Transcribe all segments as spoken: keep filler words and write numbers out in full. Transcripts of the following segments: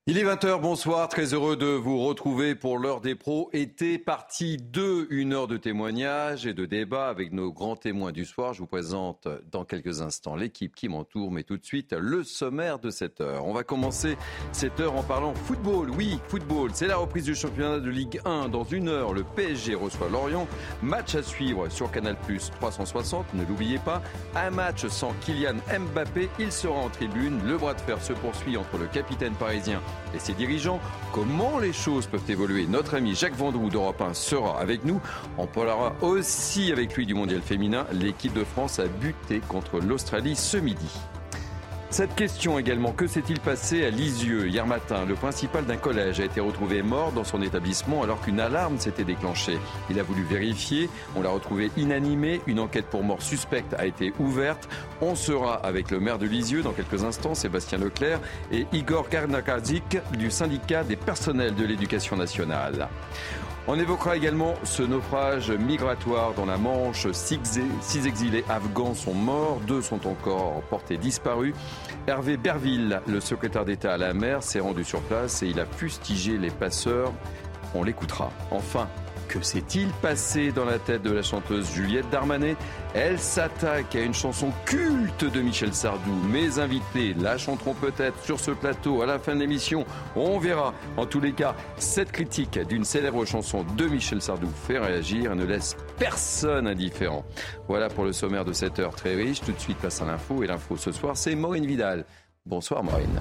Il est vingt heures, bonsoir, très heureux de vous retrouver pour l'heure des pros. Été partie deux, une heure de témoignages et de débats avec nos grands témoins du soir. Je vous présente dans quelques instants l'équipe qui m'entoure, mais tout de suite le sommaire de cette heure. On va commencer cette heure en parlant football. Oui, football, c'est la reprise du championnat de Ligue un. Dans une heure, le P S G reçoit Lorient. Match à suivre sur Canal plus, trois cent soixante, ne l'oubliez pas. Un match sans Kylian Mbappé, il sera en tribune. Le bras de fer se poursuit entre le capitaine parisien et ses dirigeants. Comment les choses peuvent évoluer? Notre ami Jacques Vendroux d'Europe un sera avec nous. On parlera aussi avec lui du mondial féminin. L'équipe de France a buté contre l'Australie ce midi. Cette question également, que s'est-il passé à Lisieux hier matin? Le principal d'un collège a été retrouvé mort dans son établissement alors qu'une alarme s'était déclenchée. Il a voulu vérifier, on l'a retrouvé inanimé, une enquête pour mort suspecte a été ouverte. On sera avec le maire de Lisieux dans quelques instants, Sébastien Leclerc, et Igor Karnakazik du syndicat des personnels de l'éducation nationale. On évoquera également ce naufrage migratoire dans la Manche. Six exilés afghans sont morts, deux sont encore portés disparus. Hervé Berville, le secrétaire d'État à la mer, s'est rendu sur place et il a fustigé les passeurs. On l'écoutera. Enfin, que s'est-il passé dans la tête de la chanteuse Juliette Darmanin? Elle s'attaque à une chanson culte de Michel Sardou. Mes invités la chanteront peut-être sur ce plateau à la fin de l'émission. On verra. En tous les cas, cette critique d'une célèbre chanson de Michel Sardou fait réagir et ne laisse personne indifférent. Voilà pour le sommaire de cette heure très riche. Tout de suite, place à l'info. Et l'info ce soir, c'est Maureen Vidal. Bonsoir Maureen.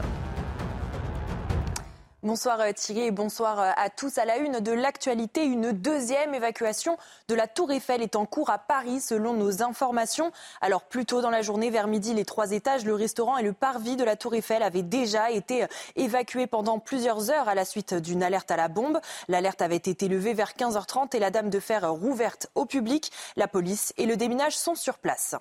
Bonsoir Thierry et bonsoir à tous. À la une de l'actualité, une deuxième évacuation de la Tour Eiffel est en cours à Paris selon nos informations. Alors plus tôt dans la journée, vers midi, les trois étages, le restaurant et le parvis de la Tour Eiffel avaient déjà été évacués pendant plusieurs heures à la suite d'une alerte à la bombe. L'alerte avait été levée vers quinze heures trente et la dame de fer rouverte au public. La police et le déminage sont sur place.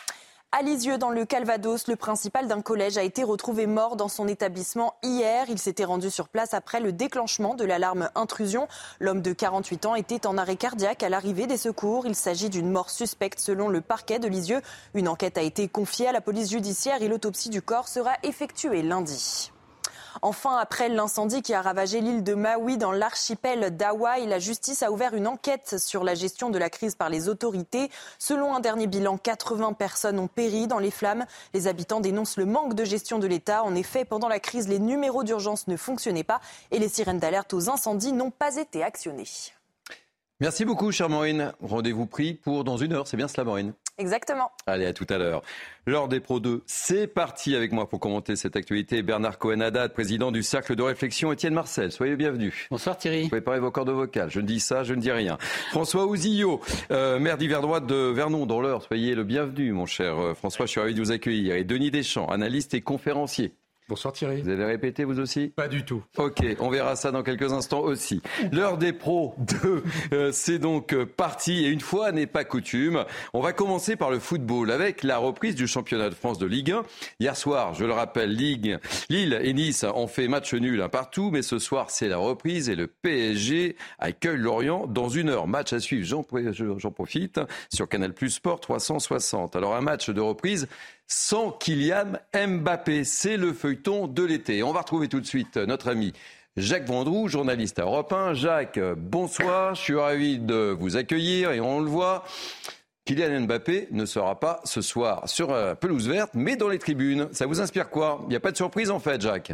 À Lisieux, dans le Calvados, le principal d'un collège a été retrouvé mort dans son établissement hier. Il s'était rendu sur place après le déclenchement de l'alarme intrusion. L'homme de quarante-huit ans était en arrêt cardiaque à l'arrivée des secours. Il s'agit d'une mort suspecte selon le parquet de Lisieux. Une enquête a été confiée à la police judiciaire et l'autopsie du corps sera effectuée lundi. Enfin, après l'incendie qui a ravagé l'île de Maui dans l'archipel d'Hawaï, la justice a ouvert une enquête sur la gestion de la crise par les autorités. Selon un dernier bilan, quatre-vingts personnes ont péri dans les flammes. Les habitants dénoncent le manque de gestion de l'État. En effet, pendant la crise, les numéros d'urgence ne fonctionnaient pas et les sirènes d'alerte aux incendies n'ont pas été actionnées. Merci beaucoup, chère Maureen. Rendez-vous pris pour dans une heure, c'est bien cela, Maureen? Exactement. Allez, à tout à l'heure. L'heure des Pros deux, c'est parti avec moi pour commenter cette actualité. Bernard Cohen-Haddad, président du Cercle de réflexion Étienne Marcel. Soyez bienvenus. Bonsoir Thierry. Préparez vos cordes vocales. Je ne dis ça, je ne dis rien. François Ouzillot, euh, maire d'Yverdroit de Vernon, dans l'Eure. Soyez le bienvenu, mon cher François. Je suis ravi de vous accueillir. Et Denis Deschamps, analyste et conférencier. Bonsoir Thierry. Vous avez répété vous aussi? Pas du tout. Ok, on verra ça dans quelques instants aussi. L'heure des pros deux, euh, c'est donc parti et une fois n'est pas coutume. On va commencer par le football avec la reprise du championnat de France de Ligue un. Hier soir, je le rappelle, Ligue, Lille et Nice ont fait match nul un partout, mais ce soir c'est la reprise et le P S G accueille Lorient dans une heure. Match à suivre, j'en, j'en profite, sur Canal plus Sport trois cent soixante. Alors un match de reprise sans Kylian Mbappé, c'est le feuilleton de l'été. On va retrouver tout de suite notre ami Jacques Vendroux, journaliste à Europe un. Jacques, bonsoir, je suis ravi de vous accueillir et on le voit, Kylian Mbappé ne sera pas ce soir sur la pelouse verte, mais dans les tribunes. Ça vous inspire quoi? Il n'y a pas de surprise en fait, Jacques?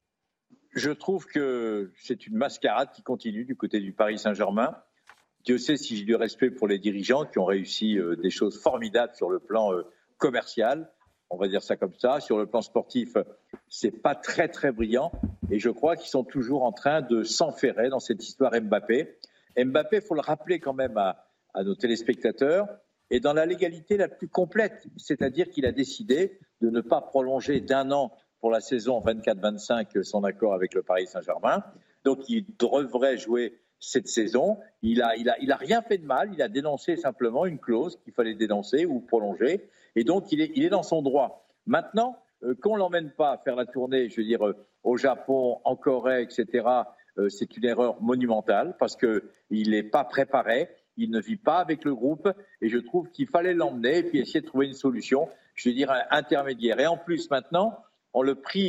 Je trouve que c'est une mascarade qui continue du côté du Paris Saint-Germain. Dieu sait si j'ai du respect pour les dirigeants qui ont réussi des choses formidables sur le plan commercial. On va dire ça comme ça. Sur le plan sportif, c'est pas très très brillant. Et je crois qu'ils sont toujours en train de s'enferrer dans cette histoire Mbappé. Mbappé, il faut le rappeler quand même à, à nos téléspectateurs, est dans la légalité la plus complète. C'est-à-dire qu'il a décidé de ne pas prolonger d'un an pour la saison vingt-quatre vingt-cinq son accord avec le Paris Saint-Germain. Donc il devrait jouer cette saison. Il a, il a, il a rien fait de mal. Il a dénoncé simplement une clause qu'il fallait dénoncer ou prolonger. Et donc, il est, il est dans son droit. Maintenant, euh, qu'on ne l'emmène pas faire la tournée, je veux dire, euh, au Japon, en Corée, et cetera, euh, c'est une erreur monumentale parce qu'il n'est pas préparé, il ne vit pas avec le groupe et je trouve qu'il fallait l'emmener et puis essayer de trouver une solution, je veux dire, intermédiaire. Et en plus, maintenant, on le prive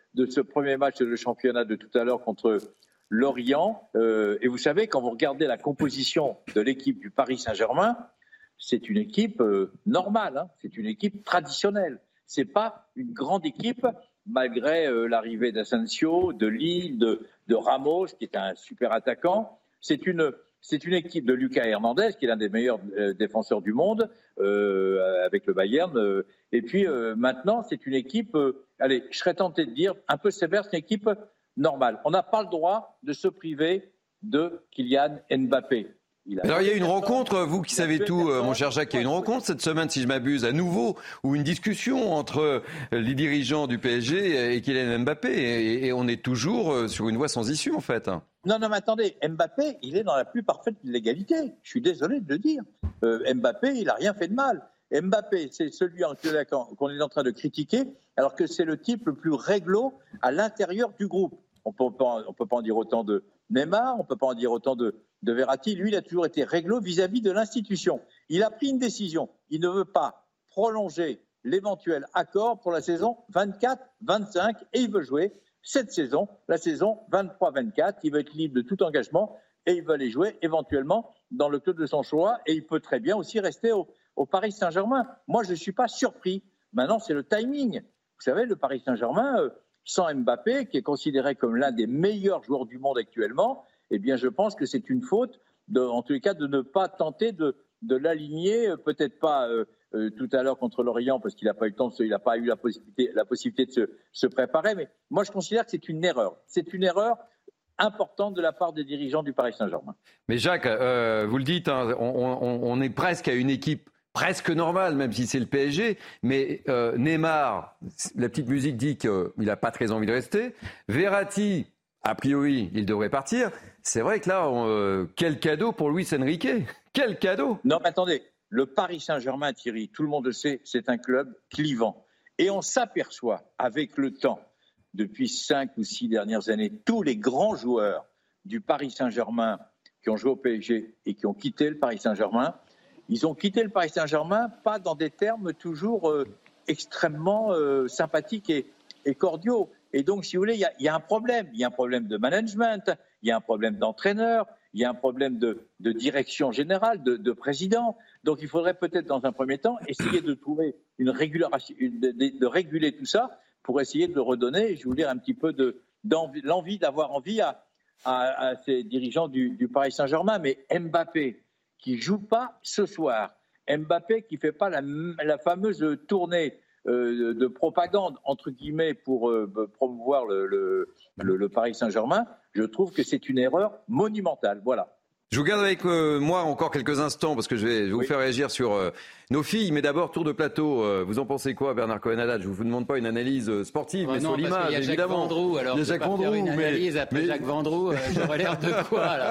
de ce premier match de championnat de tout à l'heure contre Lorient. Euh, et vous savez, quand vous regardez la composition de l'équipe du Paris Saint-Germain, c'est une équipe euh, normale, hein, c'est une équipe traditionnelle. C'est pas une grande équipe, malgré euh, l'arrivée d'Asensio, de Lille, de, de Ramos, qui est un super attaquant. C'est une, c'est une équipe de Lucas Hernandez, qui est l'un des meilleurs euh, défenseurs du monde, euh, avec le Bayern. Euh, et puis euh, maintenant, c'est une équipe, euh, allez, je serais tenté de dire, un peu sévère, c'est une équipe normale. On n'a pas le droit de se priver de Kylian Mbappé. Il Alors il y a une rencontre, vous qui savez tout, mon cher Jacques, il y a une rencontre cette semaine, si je m'abuse, à nouveau, ou une discussion entre les dirigeants du P S G et Kylian Mbappé, et, et on est toujours sur une voie sans issue en fait. Non, non, mais attendez, Mbappé, il est dans la plus parfaite légalité. Je suis désolé de le dire. Euh, Mbappé, il n'a rien fait de mal. Mbappé, c'est celui qu'on est en train de critiquer, alors que c'est le type le plus réglo à l'intérieur du groupe. On peut, on peut pas en dire autant de Neymar, on peut pas en dire autant de, de Verratti. Lui, il a toujours été réglo vis-à-vis de l'institution. Il a pris une décision. Il ne veut pas prolonger l'éventuel accord pour la saison vingt-quatre vingt-cinq et il veut jouer cette saison, la saison vingt-trois vingt-quatre. Il veut être libre de tout engagement et il veut aller jouer éventuellement dans le club de son choix et il peut très bien aussi rester au, au Paris Saint-Germain. Moi, je ne suis pas surpris. Maintenant, c'est le timing. Vous savez, le Paris Saint-Germain... Euh, sans Mbappé, qui est considéré comme l'un des meilleurs joueurs du monde actuellement, eh bien, je pense que c'est une faute, de, en tous les cas, de ne pas tenter de, de l'aligner, peut-être pas euh, euh, tout à l'heure contre l'Orient, parce qu'il n'a pas eu le temps, de se, il n'a pas eu la possibilité, la possibilité de se, se préparer, mais moi, je considère que c'est une erreur. C'est une erreur importante de la part des dirigeants du Paris Saint-Germain. Mais Jacques, euh, vous le dites, hein, on, on, on est presque à une équipe presque normal, même si c'est le P S G. Mais euh, Neymar, la petite musique dit qu'il n'a pas très envie de rester. Verratti, a priori, il devrait partir. C'est vrai que là, on, euh, quel cadeau pour Luis Enrique. Quel cadeau. Non, mais attendez, le Paris Saint-Germain, Thierry, tout le monde le sait, c'est un club clivant. Et on s'aperçoit, avec le temps, depuis cinq ou six dernières années, tous les grands joueurs du Paris Saint-Germain qui ont joué au P S G et qui ont quitté le Paris Saint-Germain, ils ont quitté le Paris Saint-Germain, pas dans des termes toujours euh, extrêmement euh, sympathiques et, et cordiaux. Et donc, si vous voulez, il y, y a un problème. Il y a un problème de management, il y a un problème d'entraîneur, il y a un problème de, de direction générale, de, de président. Donc, il faudrait peut-être, dans un premier temps, essayer de trouver une régulation, une, de, de, de réguler tout ça pour essayer de redonner, je vais vous dire, un petit peu de, d'envie, l'envie d'avoir envie à, à, à ces dirigeants du, du Paris Saint-Germain. Mais Mbappé, qui ne joue pas ce soir. Mbappé qui ne fait pas la, la fameuse tournée euh, de propagande, entre guillemets, pour euh, promouvoir le, le, le, le Paris Saint-Germain, je trouve que c'est une erreur monumentale. Voilà. Je vous garde avec euh, moi encore quelques instants parce que je vais, je vais vous oui. faire réagir sur euh, nos filles. Mais d'abord, tour de plateau. Euh, vous en pensez quoi, Bernard Cohen-Haddad ? Je ne vous demande pas une analyse sportive, oh mais non, sur l'image, évidemment. Vendroux, alors il y a Jacques Vendroux. Une analyse mais, après mais... Jacques Vendroux, euh, j'aurais l'air de quoi là ?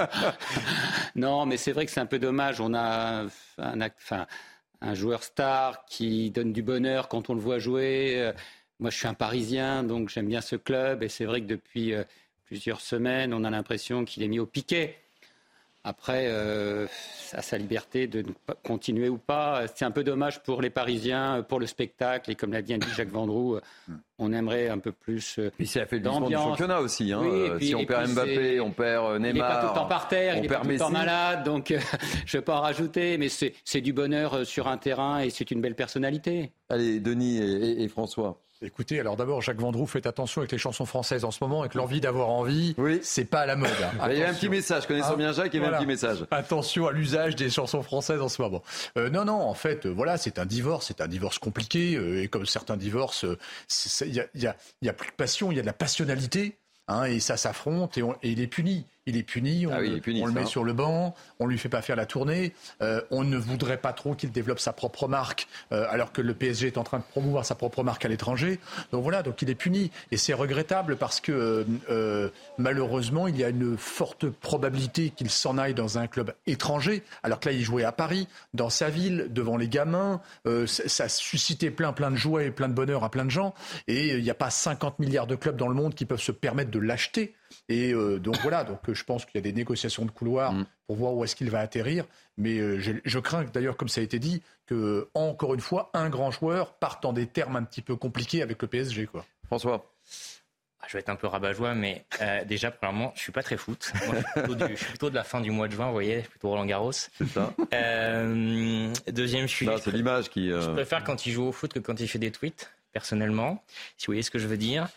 Non, mais c'est vrai que c'est un peu dommage. On a un, enfin, un joueur star qui donne du bonheur quand on le voit jouer. Moi, je suis un Parisien, donc j'aime bien ce club. Et c'est vrai que depuis euh, plusieurs semaines, on a l'impression qu'il est mis au piquet. Après, euh, à sa liberté de continuer ou pas. C'est un peu dommage pour les Parisiens, pour le spectacle. Et comme l'a bien dit Jacques Vendroux, on aimerait un peu plus d'ambiance. Puis c'est l'affaiblissement du championnat aussi. Hein. Oui, puis, si on perd Mbappé, on perd Neymar. Il n'est pas tout le temps par terre, il n'est pas tout le temps malade. Donc, euh, je ne vais pas en rajouter. Mais c'est, c'est du bonheur sur un terrain et c'est une belle personnalité. Allez, Denis et, et, et François. Écoutez, alors d'abord, Jacques Vendroux, faites attention avec les chansons françaises en ce moment, avec l'envie d'avoir envie, oui. C'est pas à la mode. Hein. Il y a un petit message, connaissant ah, bien Jacques, il y avait voilà. un petit message. Attention à l'usage des chansons françaises en ce moment. Euh, non, non, en fait, euh, voilà, c'est un divorce, c'est un divorce compliqué, euh, et comme certains divorces, il y a, y a, y a plus de passion, il y a de la passionnalité, hein, et ça s'affronte, et, on, et il est puni. Il est puni, on, ah oui, il est puni, on le met sur le banc, on ne lui fait pas faire la tournée. Euh, on ne voudrait pas trop qu'il développe sa propre marque, euh, alors que le P S G est en train de promouvoir sa propre marque à l'étranger. Donc voilà, donc il est puni. Et c'est regrettable parce que euh, malheureusement, il y a une forte probabilité qu'il s'en aille dans un club étranger, alors que là, il jouait à Paris, dans sa ville, devant les gamins. Euh, ça a suscité plein, plein de joie et plein de bonheur à plein de gens. Et il n'y a pas cinquante milliards de clubs dans le monde qui peuvent se permettre de l'acheter. Et euh, donc voilà, donc je pense qu'il y a des négociations de couloir mmh. pour voir où est-ce qu'il va atterrir. Mais euh, je, je crains d'ailleurs, comme ça a été dit, que encore une fois, un grand joueur parte en des termes un petit peu compliqués avec le P S G, quoi. François. Je vais être un peu rabat-joie, mais euh, déjà, premièrement, je suis pas très foot. Moi, je, suis plutôt du, je suis plutôt de la fin du mois de juin, vous voyez, je suis plutôt Roland Garros. C'est ça. Euh, deuxième, je suis. Là, c'est l'image qui. Euh... Je préfère quand il joue au foot que quand il fait des tweets, personnellement, si vous voyez ce que je veux dire.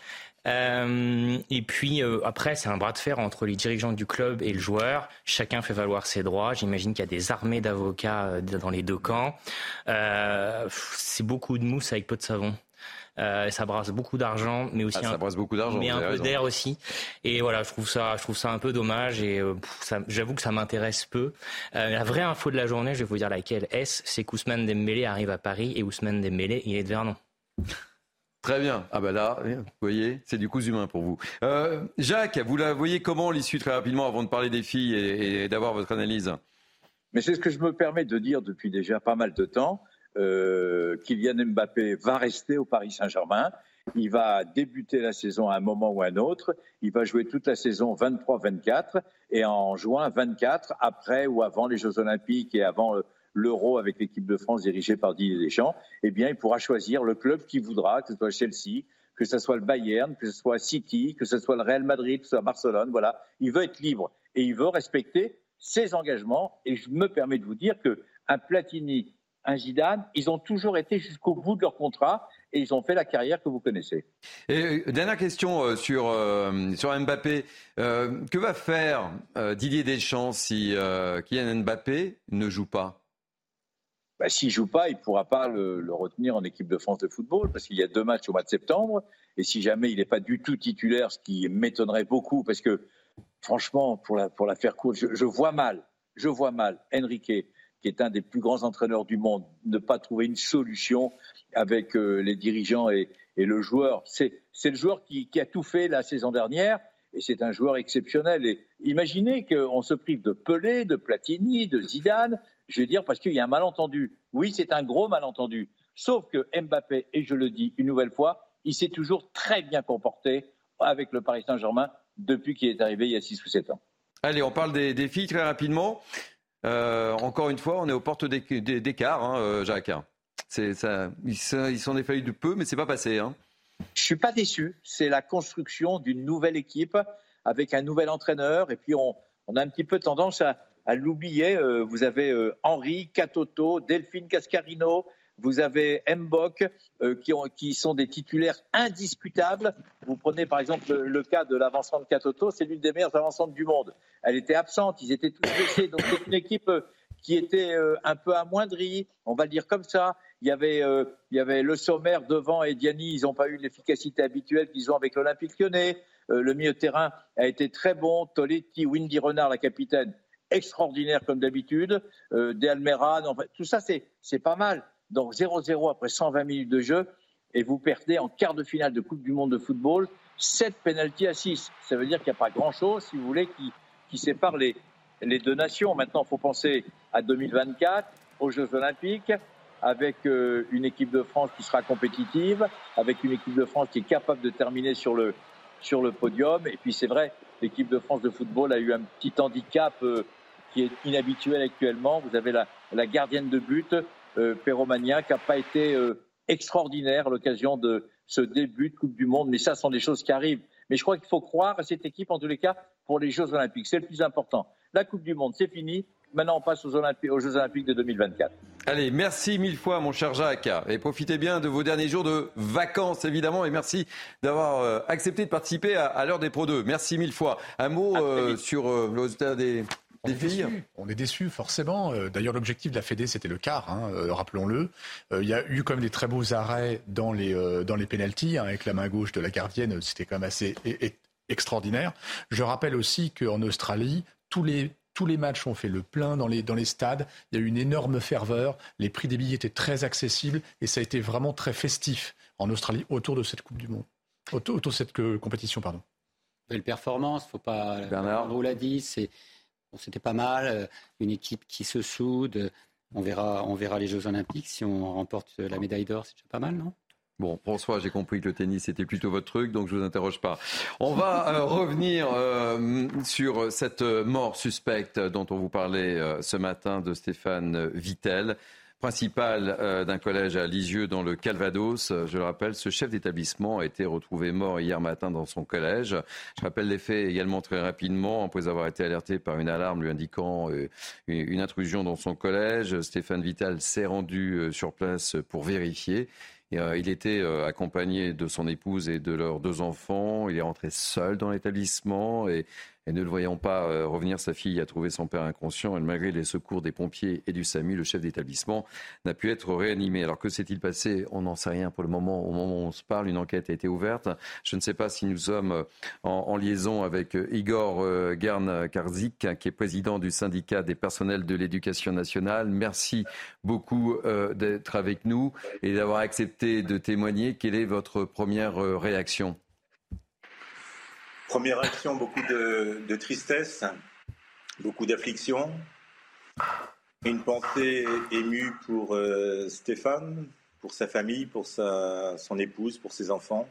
Euh, et puis euh, après, c'est un bras de fer entre les dirigeants du club et le joueur. Chacun fait valoir ses droits. J'imagine qu'il y a des armées d'avocats dans les deux camps. Euh, c'est beaucoup de mousse avec peu de savon. Euh, ça brasse beaucoup d'argent, mais aussi ah, ça un, brasse beaucoup d'argent, mais un peu raison. d'air aussi. Et voilà, je trouve ça, je trouve ça un peu dommage. Et euh, pff, ça, j'avoue que ça m'intéresse peu. Euh, la vraie info de la journée, je vais vous dire laquelle est-ce, c'est qu'Ousmane Dembélé arrive à Paris et Ousmane Dembélé, il est de Vernon. Très bien. Ah ben là, vous voyez, c'est du coup humain pour vous. Euh, Jacques, vous la voyez comment l'issue très rapidement avant de parler des filles et, et d'avoir votre analyse? Mais c'est ce que je me permets de dire depuis déjà pas mal de temps. Euh, Kylian Mbappé va rester au Paris Saint-Germain. Il va débuter la saison à un moment ou à un autre. Il va jouer toute la saison vingt-trois vingt-quatre et en juin vingt-quatre, après ou avant les Jeux Olympiques et avant l'Euro avec l'équipe de France dirigée par Didier Deschamps, eh bien, il pourra choisir le club qu'il voudra, que ce soit Chelsea, que ce soit le Bayern, que ce soit City, que ce soit le Real Madrid, que ce soit Barcelone. Voilà, il veut être libre et il veut respecter ses engagements. Et je me permets de vous dire qu'un Platini, un Zidane, ils ont toujours été jusqu'au bout de leur contrat et ils ont fait la carrière que vous connaissez. Et euh, dernière question euh, sur, euh, sur Mbappé. Euh, que va faire euh, Didier Deschamps si euh, Kylian Mbappé ne joue pas? Bah, s'il ne joue pas, il ne pourra pas le, le retenir en équipe de France de football parce qu'il y a deux matchs au mois de septembre. Et si jamais il n'est pas du tout titulaire, ce qui m'étonnerait beaucoup parce que franchement, pour la, pour la faire courte, je, je vois mal, je vois mal Enrique, qui est un des plus grands entraîneurs du monde, ne pas trouver une solution avec euh, les dirigeants et, et le joueur. C'est, c'est le joueur qui, qui a tout fait la saison dernière et c'est un joueur exceptionnel. Et imaginez qu'on se prive de Pelé, de Platini, de Zidane, je veux dire, parce qu'il y a un malentendu. Oui, c'est un gros malentendu. Sauf que Mbappé, et je le dis une nouvelle fois, il s'est toujours très bien comporté avec le Paris Saint-Germain depuis qu'il est arrivé il y a six ou sept ans. Allez, on parle des, des filles très rapidement. Euh, encore une fois, on est aux portes d'écart, hein, Jacques. C'est, ça, ils s'en est fallu de peu, mais c'est pas passé. Hein. Je suis pas déçu. C'est la construction d'une nouvelle équipe avec un nouvel entraîneur. Et puis, on, on a un petit peu tendance à, à l'oublier. Euh, vous avez euh, Henri, Catoto, Delphine Cascarino. Vous avez Mbok euh, qui, ont, qui sont des titulaires indiscutables. Vous prenez par exemple le, le cas de l'avancante Catoto, c'est l'une des meilleures avancantes du monde. Elle était absente, ils étaient tous blessés. Donc c'est une équipe euh, qui était euh, un peu amoindrie, on va le dire comme ça. Il y avait, euh, il y avait le Sommer devant et Diani, ils n'ont pas eu l'efficacité habituelle qu'ils ont avec l'Olympique Lyonnais. Euh, le milieu de terrain a été très bon. Toletti, Windy Renard, la capitaine, extraordinaire comme d'habitude. Euh, De Almeida, enfin, tout ça c'est, c'est pas mal. Donc zéro zéro après cent vingt minutes de jeu et vous perdez en quart de finale de Coupe du Monde de football sept pénaltys à six. Ça veut dire qu'il n'y a pas grand-chose, si vous voulez, qui, qui sépare les, les deux nations. Maintenant, il faut penser à deux mille vingt-quatre, aux Jeux Olympiques, avec euh, une équipe de France qui sera compétitive, avec une équipe de France qui est capable de terminer sur le, sur le podium. Et puis c'est vrai, l'équipe de France de football a eu un petit handicap euh, qui est inhabituel actuellement. Vous avez la, la gardienne de but, Euh, Perromania, qui n'a pas été euh, extraordinaire à l'occasion de ce début de Coupe du Monde. Mais ça, ce sont des choses qui arrivent. Mais je crois qu'il faut croire à cette équipe, en tous les cas, pour les Jeux Olympiques. C'est le plus important. La Coupe du Monde, c'est fini. Maintenant, on passe aux, Olympi- aux Jeux Olympiques de deux mille vingt-quatre. Allez, merci mille fois, mon cher Jacques. Et profitez bien de vos derniers jours de vacances, évidemment. Et merci d'avoir euh, accepté de participer à, à l'heure des Pro deux. Merci mille fois. Un mot euh, sur euh, le résultat des... On est, déçu, on est déçu, forcément. D'ailleurs, l'objectif de la Fédé, c'était le quart, hein, euh, rappelons-le. Euh, il y a eu quand même des très beaux arrêts dans les, euh, dans les pénaltys, hein, avec la main gauche de la gardienne. C'était quand même assez e- e- extraordinaire. Je rappelle aussi qu'en Australie, tous les, tous les matchs ont fait le plein dans les, dans les stades. Il y a eu une énorme ferveur. Les prix des billets étaient très accessibles et ça a été vraiment très festif en Australie autour de cette Coupe du Monde. Autour, autour de cette euh, compétition, pardon. Belle performance, faut pas. Bernard, vous l'a dit, c'est. Bon, c'était pas mal, une équipe qui se soude. On verra, on verra les Jeux Olympiques. Si on remporte la médaille d'or, c'est déjà pas mal, non ? Bon, François, j'ai compris que le tennis était plutôt votre truc, donc je vous interroge pas. On va euh, revenir euh, sur cette mort suspecte dont on vous parlait euh, ce matin de Stéphane Vittel. principal euh, d'un collège à Lisieux dans le Calvados. Je le rappelle, ce chef d'établissement a été retrouvé mort hier matin dans son collège. Je rappelle les faits également très rapidement. Après avoir été alerté par une alarme lui indiquant euh, une intrusion dans son collège, Stéphane Vital s'est rendu euh, sur place pour vérifier. Et, euh, il était euh, accompagné de son épouse et de leurs deux enfants. Il est rentré seul dans l'établissement et Et ne le voyant pas euh, revenir, sa fille a trouvé son père inconscient. Et malgré les secours des pompiers et du SAMU, le chef d'établissement n'a pu être réanimé. Alors que s'est-il passé ? On n'en sait rien pour le moment. Au moment où on se parle, une enquête a été ouverte. Je ne sais pas si nous sommes en, en liaison avec Igor euh, Gern-Karzik, qui est président du syndicat des personnels de l'éducation nationale. Merci beaucoup euh, d'être avec nous et d'avoir accepté de témoigner. Quelle est votre première euh, réaction ? Première réaction, beaucoup de, de tristesse, beaucoup d'affliction, une pensée émue pour euh, Stéphane, pour sa famille, pour sa, son épouse, pour ses enfants,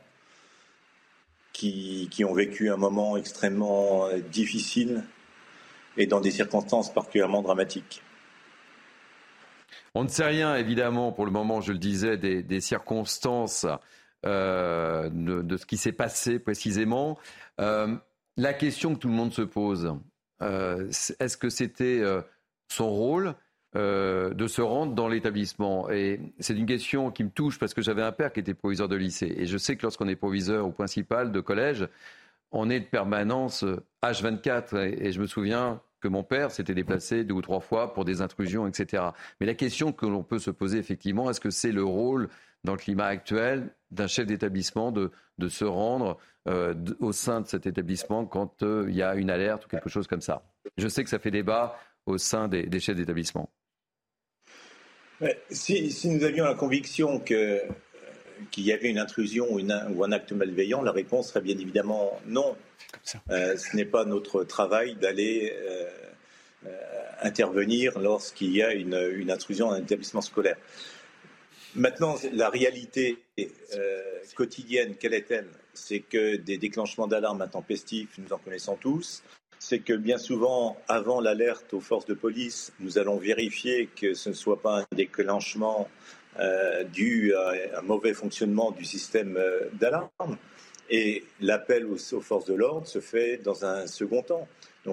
qui, qui ont vécu un moment extrêmement difficile et dans des circonstances particulièrement dramatiques. On ne sait rien, évidemment, pour le moment, je le disais, des, des circonstances euh, de, de ce qui s'est passé précisément. Euh, la question que tout le monde se pose, euh, est-ce que c'était euh, son rôle euh, de se rendre dans l'établissement ? Et c'est une question qui me touche parce que j'avais un père qui était proviseur de lycée. Et je sais que lorsqu'on est proviseur ou principal de collège, on est de permanence H vingt-quatre. Et, et je me souviens que mon père s'était déplacé deux ou trois fois pour des intrusions, et cetera. Mais la question que l'on peut se poser effectivement, est-ce que c'est le rôle dans le climat actuel d'un chef d'établissement de, de se rendre euh, de, au sein de cet établissement quand il euh, y a une alerte ou quelque chose comme ça. Je sais que ça fait débat au sein des, des chefs d'établissement. Si, si nous avions la conviction que, euh, qu'il y avait une intrusion ou, une, ou un acte malveillant, la réponse serait bien évidemment non. Euh, ce n'est pas notre travail d'aller euh, euh, intervenir lorsqu'il y a une, une intrusion dans un établissement scolaire. Maintenant, la réalité euh, quotidienne, quelle est-elle ? C'est que des déclenchements d'alarme intempestifs, nous en connaissons tous. C'est que bien souvent, avant l'alerte aux forces de police, nous allons vérifier que ce ne soit pas un déclenchement euh, dû à un mauvais fonctionnement du système euh, d'alarme. Et l'appel aux, aux forces de l'ordre se fait dans un second temps. Donc,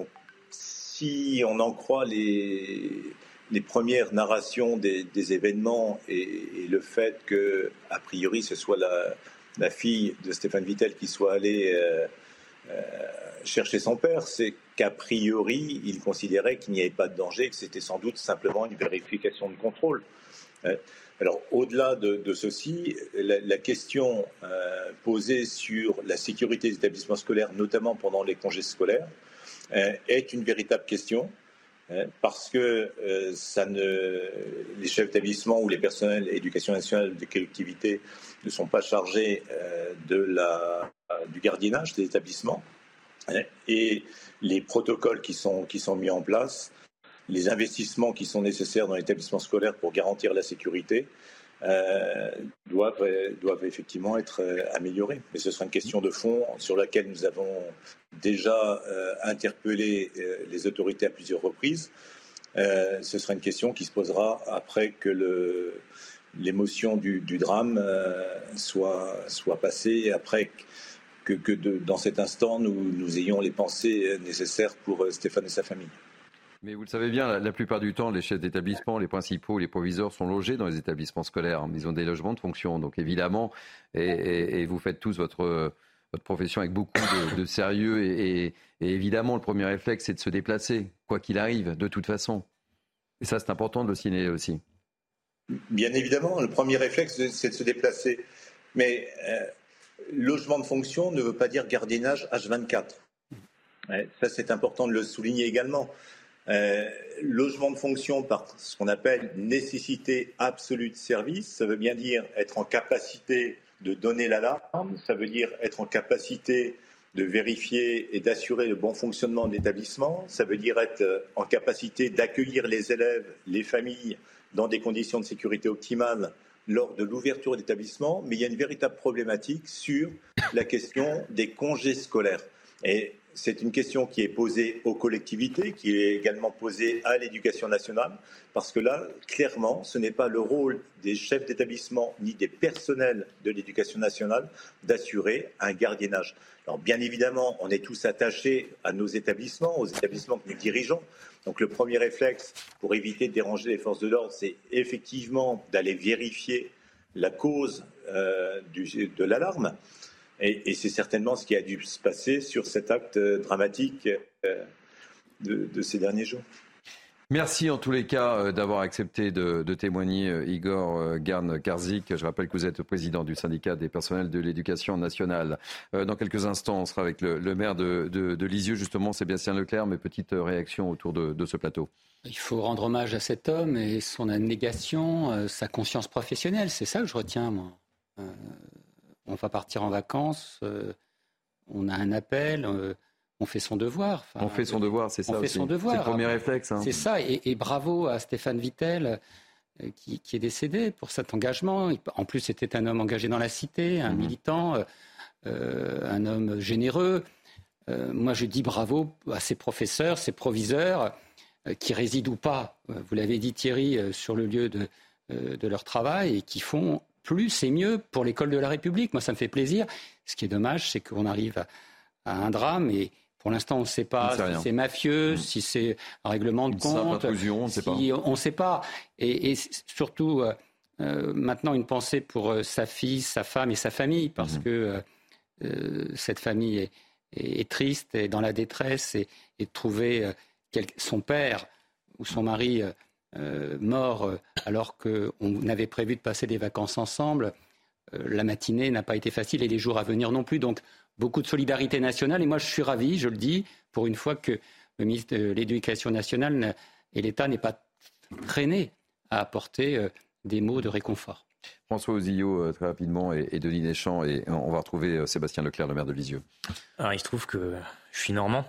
si on en croit les... les premières narrations des, des événements et, et le fait que, a priori, ce soit la, la fille de Stéphane Vital qui soit allée euh, euh, chercher son père, c'est qu'a priori, il considérait qu'il n'y avait pas de danger, que c'était sans doute simplement une vérification de contrôle. Euh, alors, au-delà de, de ceci, la, la question euh, posée sur la sécurité des établissements scolaires, notamment pendant les congés scolaires, euh, est une véritable question. Parce que euh, ça ne, les chefs d'établissement ou les personnels éducation nationale des collectivités ne sont pas chargés euh, de la, du gardiennage des établissements. Hein, et les protocoles qui sont, qui sont mis en place, les investissements qui sont nécessaires dans l'établissement scolaire pour garantir la sécurité, euh, doivent, doivent effectivement être améliorés. Mais ce sera une question de fond sur laquelle nous avons déjà euh, interpellé euh, les autorités à plusieurs reprises. Euh, ce sera une question qui se posera après que le, l'émotion du, du drame euh, soit, soit passée, après que, que de, dans cet instant, nous, nous ayons les pensées nécessaires pour Stéphane et sa famille. Mais vous le savez bien, la, la plupart du temps, les chefs d'établissement, les principaux, les proviseurs sont logés dans les établissements scolaires. Ils ont des logements de fonction. Donc évidemment, et, et, et vous faites tous votre, votre profession avec beaucoup de, de sérieux. Et, et, et évidemment, le premier réflexe, c'est de se déplacer, quoi qu'il arrive, de toute façon. Et ça, c'est important de le signaler aussi. Bien évidemment, le premier réflexe, c'est de se déplacer. Mais euh, logement de fonction ne veut pas dire gardiennage H vingt-quatre. Ouais, ça, c'est important de le souligner également. Euh, logement de fonction par ce qu'on appelle nécessité absolue de service, ça veut bien dire être en capacité de donner l'alarme, ça veut dire être en capacité de vérifier et d'assurer le bon fonctionnement de l'établissement, ça veut dire être en capacité d'accueillir les élèves, les familles dans des conditions de sécurité optimales lors de l'ouverture de l'établissement, mais il y a une véritable problématique sur la question des congés scolaires. Et c'est une question qui est posée aux collectivités, qui est également posée à l'éducation nationale, parce que là, clairement, ce n'est pas le rôle des chefs d'établissement ni des personnels de l'éducation nationale d'assurer un gardiennage. Alors bien évidemment, on est tous attachés à nos établissements, aux établissements que nous dirigeons. Donc le premier réflexe pour éviter de déranger les forces de l'ordre, c'est effectivement d'aller vérifier la cause euh, du, de l'alarme. Et, et c'est certainement ce qui a dû se passer sur cet acte dramatique euh, de, de ces derniers jours. Merci en tous les cas d'avoir accepté de, de témoigner, Igor Garn-Karzik. Je rappelle que vous êtes président du syndicat des personnels de l'éducation nationale. Dans quelques instants, on sera avec le, le maire de, de, de Lisieux, justement, Sébastien Leclerc. Mes petites réactions autour de, de ce plateau. Il faut rendre hommage à cet homme et son abnégation, sa conscience professionnelle. C'est ça que je retiens, moi. Euh, on va partir en vacances, euh, on a un appel... Euh, On fait son devoir. Enfin, on fait son devoir, c'est ça on aussi. Fait son devoir. C'est le premier réflexe. Hein. C'est ça, et, et bravo à Stéphane Vittel, euh, qui, qui est décédé pour cet engagement. En plus, c'était un homme engagé dans la cité, un mmh. militant, euh, un homme généreux. Euh, moi, je dis bravo à ces professeurs, ces proviseurs, euh, qui résident ou pas, vous l'avez dit Thierry, euh, sur le lieu de, euh, de leur travail, et qui font plus et mieux pour l'école de la République. Moi, ça me fait plaisir. Ce qui est dommage, c'est qu'on arrive à, à un drame, et pour l'instant, on ne sait pas si rien. c'est mafieux, mmh. si c'est un règlement de une compte. On ne sait pas. Si on ne sait pas. Et, et surtout, euh, maintenant, une pensée pour euh, sa fille, sa femme et sa famille, parce mmh. que euh, cette famille est, est, est triste, est dans la détresse, et, et de trouver euh, quel, son père ou son mari euh, mort euh, alors qu'on avait prévu de passer des vacances ensemble. Euh, la matinée n'a pas été facile et les jours à venir non plus. Donc, beaucoup de solidarité nationale, et moi je suis ravi, je le dis, pour une fois que le ministre de l'Éducation nationale et l'État n'est pas traîné à apporter des mots de réconfort. François Ozillot, très rapidement, et, et Denis Deschamps, et on va retrouver Sébastien Leclerc, le maire de Lisieux. Alors il se trouve que je suis normand,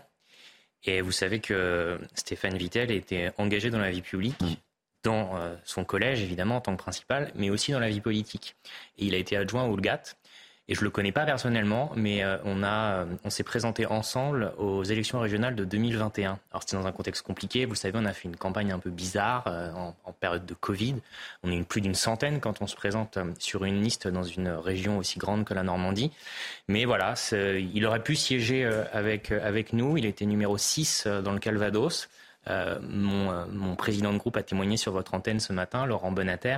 et vous savez que Stéphane Vittel était engagé dans la vie publique, mmh. dans son collège évidemment en tant que principal, mais aussi dans la vie politique. Et il a été adjoint au Houlgat. Et je ne le connais pas personnellement, mais on, a, on s'est présenté ensemble aux élections régionales de deux mille vingt et un. Alors c'était dans un contexte compliqué, vous savez, on a fait une campagne un peu bizarre en, en période de Covid. On est une, plus d'une centaine quand on se présente sur une liste dans une région aussi grande que la Normandie. Mais voilà, il aurait pu siéger avec, avec nous, il était numéro six dans le Calvados. Euh, mon, mon président de groupe a témoigné sur votre antenne ce matin, Laurent Bonater.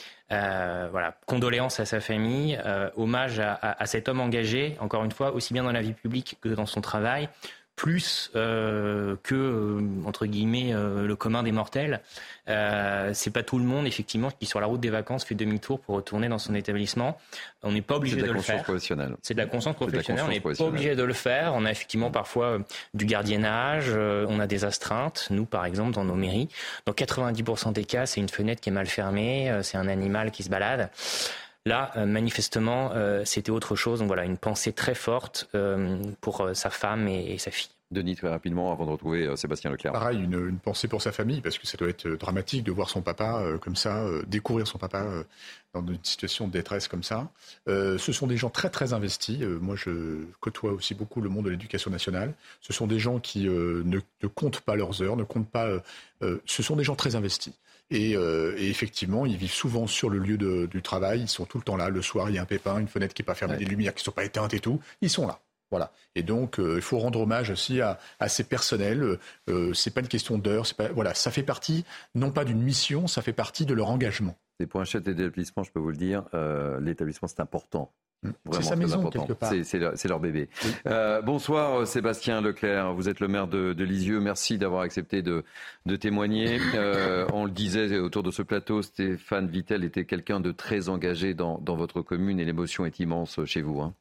Euh, voilà, condoléances à sa famille, euh, hommage à, à, à cet homme engagé, encore une fois, aussi bien dans la vie publique que dans son travail, plus euh, que, euh, entre guillemets, euh, le commun des mortels. Euh, c'est pas tout le monde, effectivement, qui, sur la route des vacances, fait demi-tour pour retourner dans son établissement. On n'est pas obligé de, de le faire. C'est de la conscience professionnelle. On n'est pas professionnelle. obligé de le faire. On a effectivement parfois euh, du gardiennage, euh, on a des astreintes. Nous, par exemple, dans nos mairies, dans quatre-vingt-dix pour cent des cas, c'est une fenêtre qui est mal fermée, euh, c'est un animal qui se balade. Là, euh, manifestement, euh, c'était autre chose. Donc voilà, une pensée très forte euh, pour euh, sa femme et, et sa fille. Denis, très rapidement, avant de retrouver euh, Sébastien Leclerc. Pareil, une, une pensée pour sa famille, parce que ça doit être dramatique de voir son papa euh, comme ça, euh, découvrir son papa euh, dans une situation de détresse comme ça. Euh, ce sont des gens très très investis. Euh, moi, je côtoie aussi beaucoup le monde de l'éducation nationale. Ce sont des gens qui euh, ne, ne comptent pas leurs heures, ne comptent pas... Euh, euh, ce sont des gens très investis. Et, euh, et effectivement, ils vivent souvent sur le lieu de, du travail. Ils sont tout le temps là. Le soir, il y a un pépin, une fenêtre qui n'est pas fermée, ouais. des lumières qui ne sont pas éteintes et tout. Ils sont là. Voilà. Et donc, euh, il faut rendre hommage aussi à, à ces personnels. Euh, c'est pas une question d'heures. C'est pas, voilà, ça fait partie, non pas d'une mission, ça fait partie de leur engagement. Et pour un chef d'établissement, je peux vous le dire, euh, l'établissement, c'est important. C'est sa maison, important. Quelque part. C'est, c'est, leur, c'est leur bébé. Oui. Euh, bonsoir, Sébastien Leclerc. Vous êtes le maire de, de Lisieux. Merci d'avoir accepté de, de témoigner. Euh, on le disait autour de ce plateau, Stéphane Vittel était quelqu'un de très engagé dans, dans votre commune et l'émotion est immense chez vous. Hein.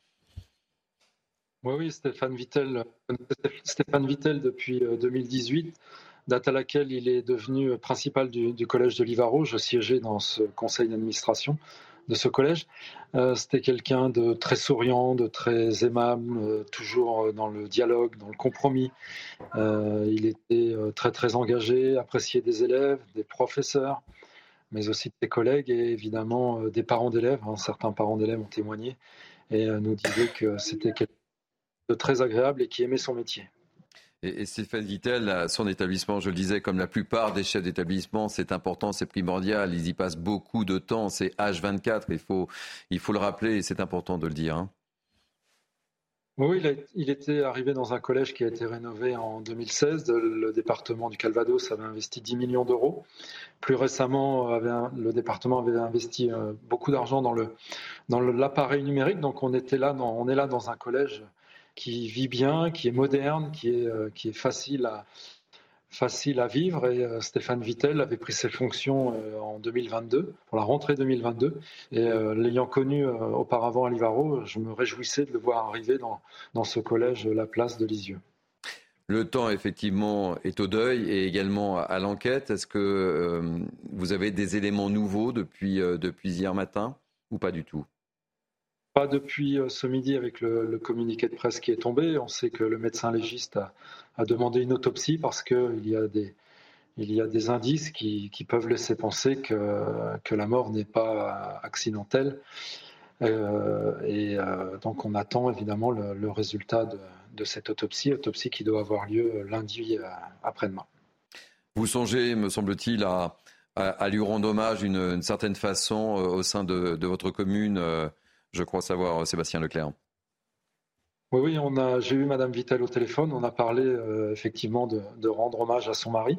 Oui, oui, Stéphane Vittel, Stéphane Vittel depuis deux mille dix-huit, date à laquelle il est devenu principal du, du collège de Livaro. Je siégeais dans ce conseil d'administration de ce collège. Euh, c'était quelqu'un de très souriant, de très aimable, euh, toujours dans le dialogue, dans le compromis. Euh, il était très très engagé, apprécié des élèves, des professeurs, mais aussi de ses collègues et évidemment euh, des parents d'élèves. Hein. Certains parents d'élèves ont témoigné et euh, nous disaient que c'était quelqu'un de très agréable et qui aimait son métier. Et, et Stéphane Vittel, son établissement, je le disais, comme la plupart des chefs d'établissement, c'est important, c'est primordial. Ils y passent beaucoup de temps. C'est H vingt-quatre. Il faut, il faut le rappeler et c'est important de le dire. Hein. Oui, il, a, il était arrivé dans un collège qui a été rénové en deux mille seize. Le département du Calvados avait investi dix millions d'euros. Plus récemment, avait un, le département avait investi euh, beaucoup d'argent dans, le, dans le, l'appareil numérique. Donc on, était là dans, on est là dans un collège qui vit bien, qui est moderne, qui est, euh, qui est facile à, facile à vivre. Et euh, Stéphane Vittel avait pris ses fonctions euh, en deux mille vingt-deux, pour la rentrée deux mille vingt-deux. Et euh, l'ayant connu euh, auparavant à Livaro, je me réjouissais de le voir arriver dans, dans ce collège, la place de Lisieux. Le temps, effectivement, est au deuil et également à l'enquête. Est-ce que euh, vous avez des éléments nouveaux depuis, euh, depuis hier matin ou pas du tout ? Pas depuis ce midi avec le, le communiqué de presse qui est tombé. On sait que le médecin légiste a, a demandé une autopsie parce qu'il y a des, il y a des indices qui, qui peuvent laisser penser que, que la mort n'est pas accidentelle. Euh, et euh, donc on attend évidemment le, le résultat de, de cette autopsie, autopsie qui doit avoir lieu lundi après-demain. Vous songez, me semble-t-il, à, à, à lui rendre hommage d'une une certaine façon euh, au sein de, de votre commune euh, je crois savoir, Sébastien Leclerc. Oui, oui, on a, j'ai eu Madame Vittel au téléphone. On a parlé euh, effectivement de, de rendre hommage à son mari.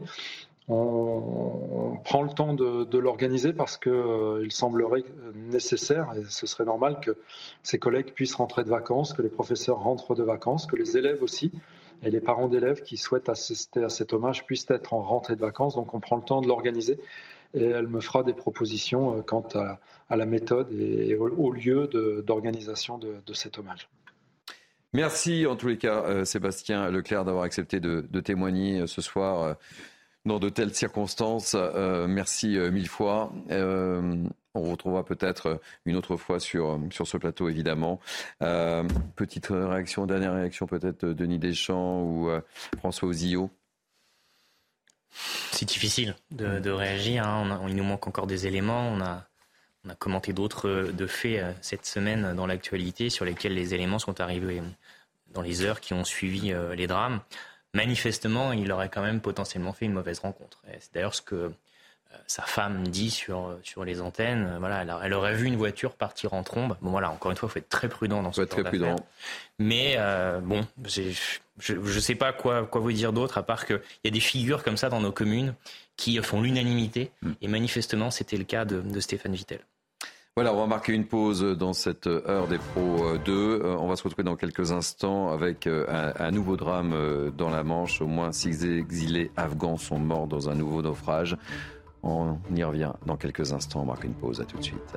On, on prend le temps de, de l'organiser parce qu'il euh, semblerait nécessaire, et ce serait normal, que ses collègues puissent rentrer de vacances, que les professeurs rentrent de vacances, que les élèves aussi, et les parents d'élèves qui souhaitent assister à cet hommage puissent être en rentrée de vacances. Donc on prend le temps de l'organiser. Et elle me fera des propositions quant à, à la méthode et au, au lieu de, d'organisation de, de cet hommage. Merci en tous les cas, euh, Sébastien Leclerc, d'avoir accepté de, de témoigner euh, ce soir euh, dans de telles circonstances. Euh, merci euh, mille fois. Euh, on vous retrouvera peut-être une autre fois sur, sur ce plateau, évidemment. Euh, petite réaction, dernière réaction peut-être, Denis Deschamps ou euh, François Ozillot. C'est difficile de, de réagir. Hein. On a, il nous manque encore des éléments. On a, on a commenté d'autres de faits cette semaine dans l'actualité sur lesquels les éléments sont arrivés dans les heures qui ont suivi les drames. Manifestement, il aurait quand même potentiellement fait une mauvaise rencontre. Et c'est d'ailleurs ce que sa femme dit sur, sur les antennes. Voilà, elle, a, elle aurait vu une voiture partir en trombe. Bon, voilà, encore une fois, il faut être très prudent dans ce genre d'affaires. Prudent. Mais euh, bon, j'ai, je ne sais pas quoi, quoi vous dire d'autre, à part qu'il y a des figures comme ça dans nos communes qui font l'unanimité. Mmh. Et manifestement, c'était le cas de, de Stéphane Vittel. Voilà, on va marquer une pause dans cette heure des pros deux. On va se retrouver dans quelques instants avec un, un nouveau drame dans la Manche. Au moins six exilés afghans sont morts dans un nouveau naufrage. On y revient dans quelques instants. On marque une pause. À tout de suite.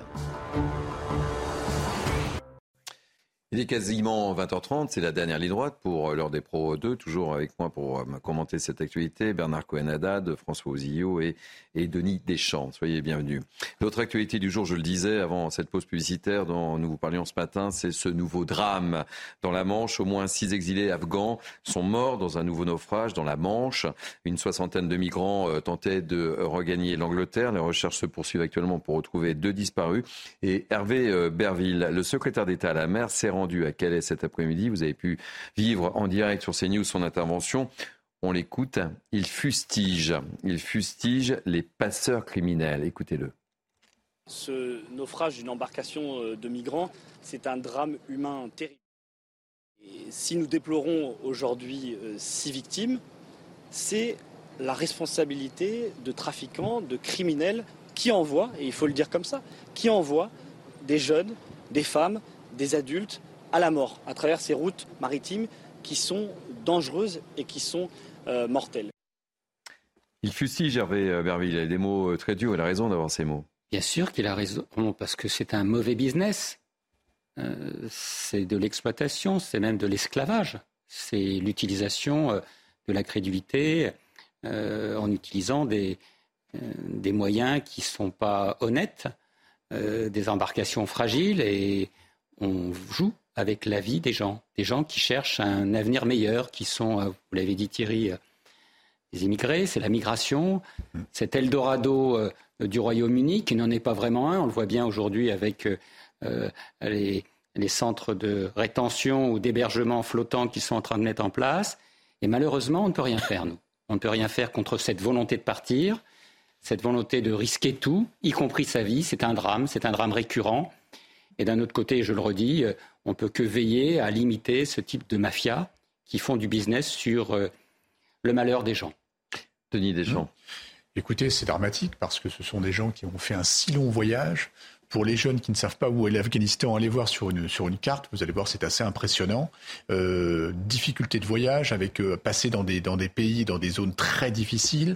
Il est quasiment vingt heures trente, c'est la dernière ligne droite pour l'heure des pros deux. Toujours avec moi pour commenter cette actualité, Bernard Cohen-Haddad, François Ozillot et, et Denis Deschamps. Soyez bienvenus. L'autre actualité du jour, je le disais avant cette pause publicitaire dont nous vous parlions ce matin, c'est ce nouveau drame dans la Manche. Au moins six exilés afghans sont morts dans un nouveau naufrage dans la Manche. Une soixantaine de migrants tentaient de regagner l'Angleterre. Les recherches se poursuivent actuellement pour retrouver deux disparus. Et Hervé Berville, le secrétaire d'État à la mer, s'est rendu à Calais cet après-midi. Vous avez pu vivre en direct sur CNews son intervention. On l'écoute. Il fustige. Il fustige les passeurs criminels. Écoutez-le. Ce naufrage d'une embarcation de migrants, c'est un drame humain terrible. Et si nous déplorons aujourd'hui six victimes, c'est la responsabilité de trafiquants, de criminels qui envoient, et il faut le dire comme ça, qui envoient des jeunes, des femmes, des adultes à la mort à travers ces routes maritimes qui sont dangereuses et qui sont euh, mortelles. Il fustige, Hervé Berville. Il a des mots très durs. Il a raison d'avoir ces mots. Bien sûr qu'il a raison, parce que c'est un mauvais business. Euh, c'est de l'exploitation, c'est même de l'esclavage. C'est l'utilisation euh, de la crédulité euh, en utilisant des, euh, des moyens qui ne sont pas honnêtes, euh, des embarcations fragiles, et on joue avec la vie des gens, des gens qui cherchent un avenir meilleur, qui sont, vous l'avez dit Thierry, les immigrés, c'est la migration, cet Eldorado euh, du Royaume-Uni, qui n'en est pas vraiment un, on le voit bien aujourd'hui avec euh, les, les centres de rétention ou d'hébergement flottants qui sont en train de mettre en place, Et malheureusement, on ne peut rien faire, nous. On ne peut rien faire contre cette volonté de partir, cette volonté de risquer tout, y compris sa vie. C'est un drame, c'est un drame récurrent. Et d'un autre côté, je le redis, on ne peut que veiller à limiter ce type de mafia qui font du business sur euh, le malheur des gens. Denis Deschamps. Mmh. Écoutez, c'est dramatique parce que ce sont des gens qui ont fait un si long voyage. Pour les jeunes qui ne savent pas où est l'Afghanistan, allez voir sur une, sur une carte, vous allez voir, c'est assez impressionnant. Euh, difficulté de voyage, avec euh, passer dans des, dans des pays, dans des zones très difficiles.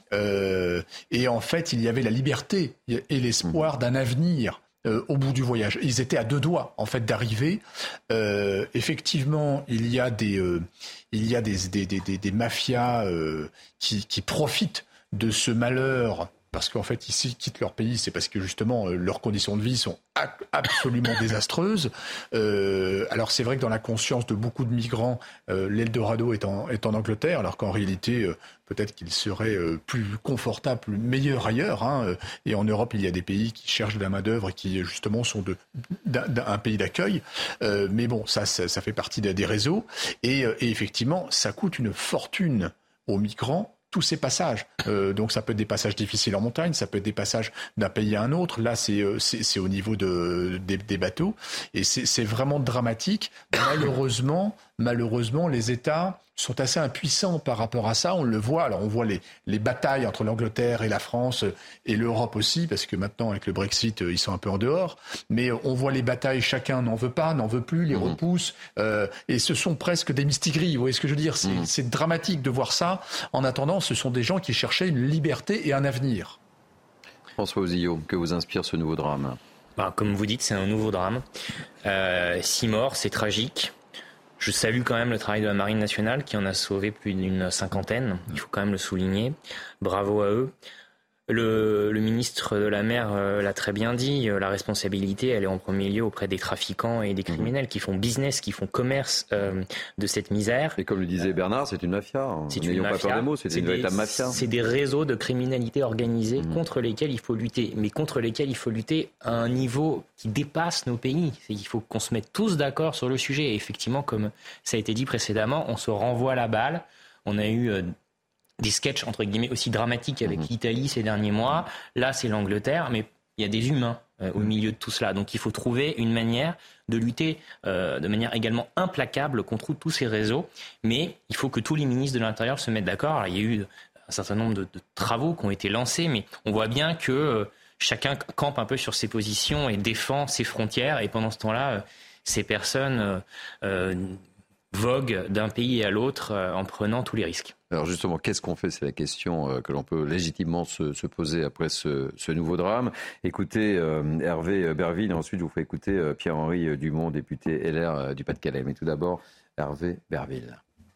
Euh, et en fait, il y avait la liberté et l'espoir d'un avenir euh, au bout du voyage. Ils étaient à deux doigts, en fait, d'arriver. Euh, effectivement, il y a des, euh, il y a des, des, des, des, des mafias euh, qui, qui profitent de ce malheur. Parce qu'en fait, ici, ils quittent leur pays, c'est parce que justement, euh, leurs conditions de vie sont a- absolument désastreuses. Euh, alors c'est vrai que dans la conscience de beaucoup de migrants, euh, l'Eldorado est en, est en Angleterre, alors qu'en réalité, euh, peut-être qu'il serait euh, plus confortable, plus meilleur ailleurs. Hein. Et en Europe, il y a des pays qui cherchent de la main-d'œuvre et qui justement sont de, d'un, d'un pays d'accueil. Euh, mais bon, ça, ça, ça fait partie des réseaux. Et, et effectivement, ça coûte une fortune aux migrants. Tous ces passages. Euh, donc ça peut être des passages difficiles en montagne, ça peut être des passages d'un pays à un autre. Là, c'est, c'est, c'est au niveau de, des, des bateaux. Et c'est, c'est vraiment dramatique. Malheureusement, malheureusement, les États sont assez impuissants par rapport à ça. On le voit. Alors on voit les, les batailles entre l'Angleterre et la France et l'Europe aussi, parce que maintenant, avec le Brexit, ils sont un peu en dehors. Mais on voit les batailles, chacun n'en veut pas, n'en veut plus, les mmh. repousse. Euh, et ce sont presque des mistigris. Vous voyez ce que je veux dire ? C'est, mmh. c'est dramatique de voir ça. En attendant, ce sont des gens qui cherchaient une liberté et un avenir. François Ozillot, que vous inspire ce nouveau drame ? Bah, comme vous dites, c'est un nouveau drame. Euh, six morts, c'est tragique. Je salue quand même le travail de la Marine nationale qui en a sauvé plus d'une cinquantaine. Il faut quand même le souligner. Bravo à eux. Le, le ministre de la Mer euh, l'a très bien dit. La responsabilité, elle est en premier lieu auprès des trafiquants et des criminels qui font business, qui font commerce euh, de cette misère. Et comme le disait Bernard, c'est une mafia. C'est N'ayons une mafia. pas peur des mots, c'est, c'est une des, véritable mafia. C'est des réseaux de criminalité organisée mmh. contre lesquels il faut lutter, mais contre lesquels il faut lutter à un niveau qui dépasse nos pays. C'est qu'il faut qu'on se mette tous d'accord sur le sujet. Et effectivement, comme ça a été dit précédemment, on se renvoie la balle. On a eu euh, des sketchs, entre guillemets, aussi dramatiques avec mmh. l'Italie ces derniers mois. Là, c'est l'Angleterre, mais il y a des humains euh, au milieu de tout cela. Donc, il faut trouver une manière de lutter euh, de manière également implacable contre tous ces réseaux. Mais il faut que tous les ministres de l'Intérieur se mettent d'accord. Alors, il y a eu un certain nombre de, de travaux qui ont été lancés, mais on voit bien que euh, chacun campe un peu sur ses positions et défend ses frontières. Et pendant ce temps-là, euh, ces personnes euh, euh, voguent d'un pays à l'autre euh, en prenant tous les risques. Alors justement, qu'est-ce qu'on fait ? C'est la question que l'on peut légitimement se, se poser après ce, ce nouveau drame. Écoutez euh, Hervé Berville, et ensuite je vous ferai écouter euh, Pierre-Henri Dumont, député L R euh, du Pas-de-Calais. Mais tout d'abord, Hervé Berville.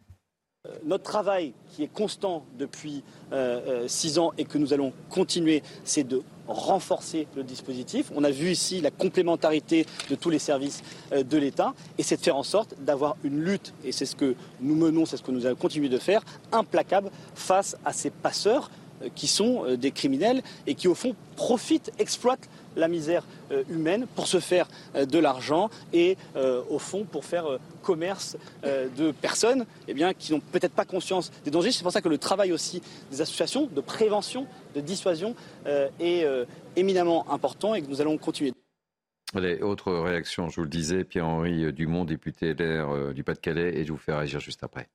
Notre travail, qui est constant depuis euh, euh, six ans et que nous allons continuer, c'est de renforcer le dispositif. On a vu ici la complémentarité de tous les services euh, de l'État et c'est de faire en sorte d'avoir une lutte, et c'est ce que nous menons, c'est ce que nous allons continuer de faire, implacable face à ces passeurs euh, qui sont euh, des criminels et qui au fond profitent, exploitent la misère euh, humaine pour se faire euh, de l'argent et euh, au fond pour faire euh, commerce euh, de personnes eh bien, qui n'ont peut-être pas conscience des dangers. C'est pour ça que le travail aussi des associations de prévention, de dissuasion euh, est euh, éminemment important et que nous allons continuer. Allez, autre réaction, je vous le disais, Pierre-Henri Dumont, député L R euh, du Pas-de-Calais, et je vous fais réagir juste après.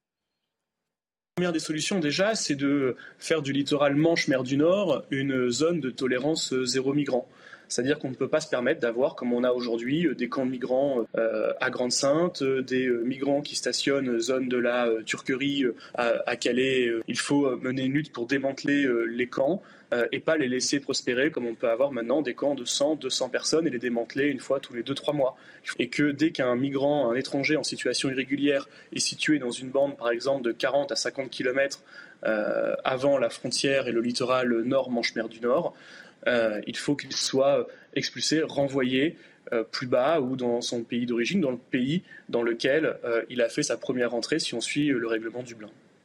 La première des solutions déjà, c'est de faire du littoral Manche-Mer du Nord une zone de tolérance zéro migrant. C'est-à-dire qu'on ne peut pas se permettre d'avoir, comme on a aujourd'hui, des camps de migrants euh, à Grande-Synthe, des euh, migrants qui stationnent zone de la euh, Turquerie euh, à, à Calais. Il faut mener une lutte pour démanteler euh, les camps euh, et pas les laisser prospérer comme on peut avoir maintenant des camps de cent, deux cents personnes et les démanteler une fois tous les deux trois mois. Et que dès qu'un migrant, un étranger en situation irrégulière est situé dans une bande, par exemple, de quarante à cinquante kilomètres euh, avant la frontière et le littoral nord Manche-Mer du Nord, Euh, il faut qu'il soit expulsé, renvoyé euh, plus bas ou dans son pays d'origine, dans le pays dans lequel euh, il a fait sa première entrée, si on suit le règlement Dublin.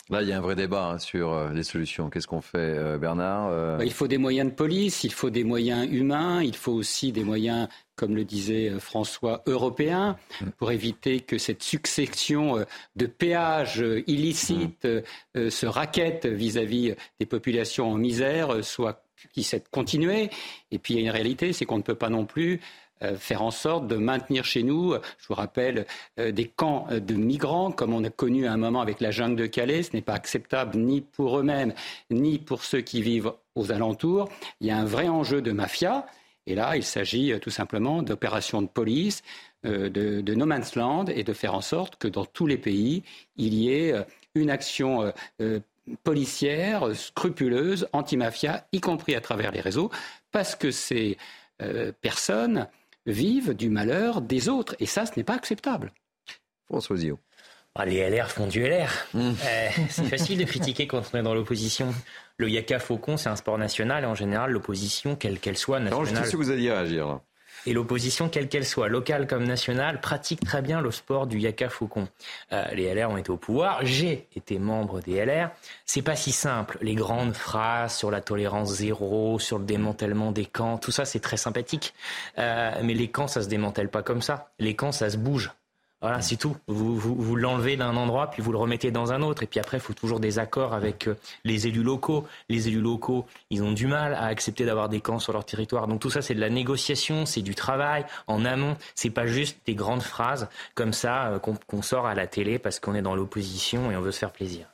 Là, il y a un vrai débat hein, sur euh, les solutions. Qu'est-ce qu'on fait, euh, Bernard euh... bah, Il faut des moyens de police, il faut des moyens humains, il faut aussi des moyens, comme le disait euh, François, européens, mmh. pour éviter que cette succession euh, de péages euh, illicites mmh. euh, se raquette vis-à-vis des populations en misère, euh, soit qui s'est continuée. Et puis il y a une réalité, c'est qu'on ne peut pas non plus Euh, faire en sorte de maintenir chez nous, je vous rappelle, euh, des camps de migrants, comme on a connu à un moment avec la jungle de Calais. Ce n'est pas acceptable ni pour eux-mêmes, ni pour ceux qui vivent aux alentours. Il y a un vrai enjeu de mafia. Et là, il s'agit euh, tout simplement d'opérations de police, euh, de, de no man's land, et de faire en sorte que dans tous les pays, il y ait euh, une action euh, euh, policière, scrupuleuse, anti-mafia, y compris à travers les réseaux, parce que ces euh, personnes vivent du malheur des autres. Et ça, ce n'est pas acceptable. François Zio. Ah, les L R font du L R. Mmh. Euh, c'est facile de critiquer quand on est dans l'opposition. Le Yaka Faucon, c'est un sport national et en général, l'opposition, quelle qu'elle soit nationale... Non, je sais que vous alliez réagir là. Et l'opposition, quelle qu'elle soit, locale comme nationale, pratique très bien le sport du Yaka Faucon. Euh, les L R ont été au pouvoir, j'ai été membre des L R. C'est pas si simple. Les grandes phrases sur la tolérance zéro, sur le démantèlement des camps, tout ça c'est très sympathique. Euh, mais les camps, ça se démantèle pas comme ça. Les camps, ça se bouge. Voilà, c'est tout. Vous, vous, vous l'enlevez d'un endroit, puis vous le remettez dans un autre. Et puis après, il faut toujours des accords avec les élus locaux. Les élus locaux, ils ont du mal à accepter d'avoir des camps sur leur territoire. Donc tout ça, c'est de la négociation, c'est du travail en amont. C'est pas juste des grandes phrases comme ça qu'on, qu'on sort à la télé parce qu'on est dans l'opposition et on veut se faire plaisir.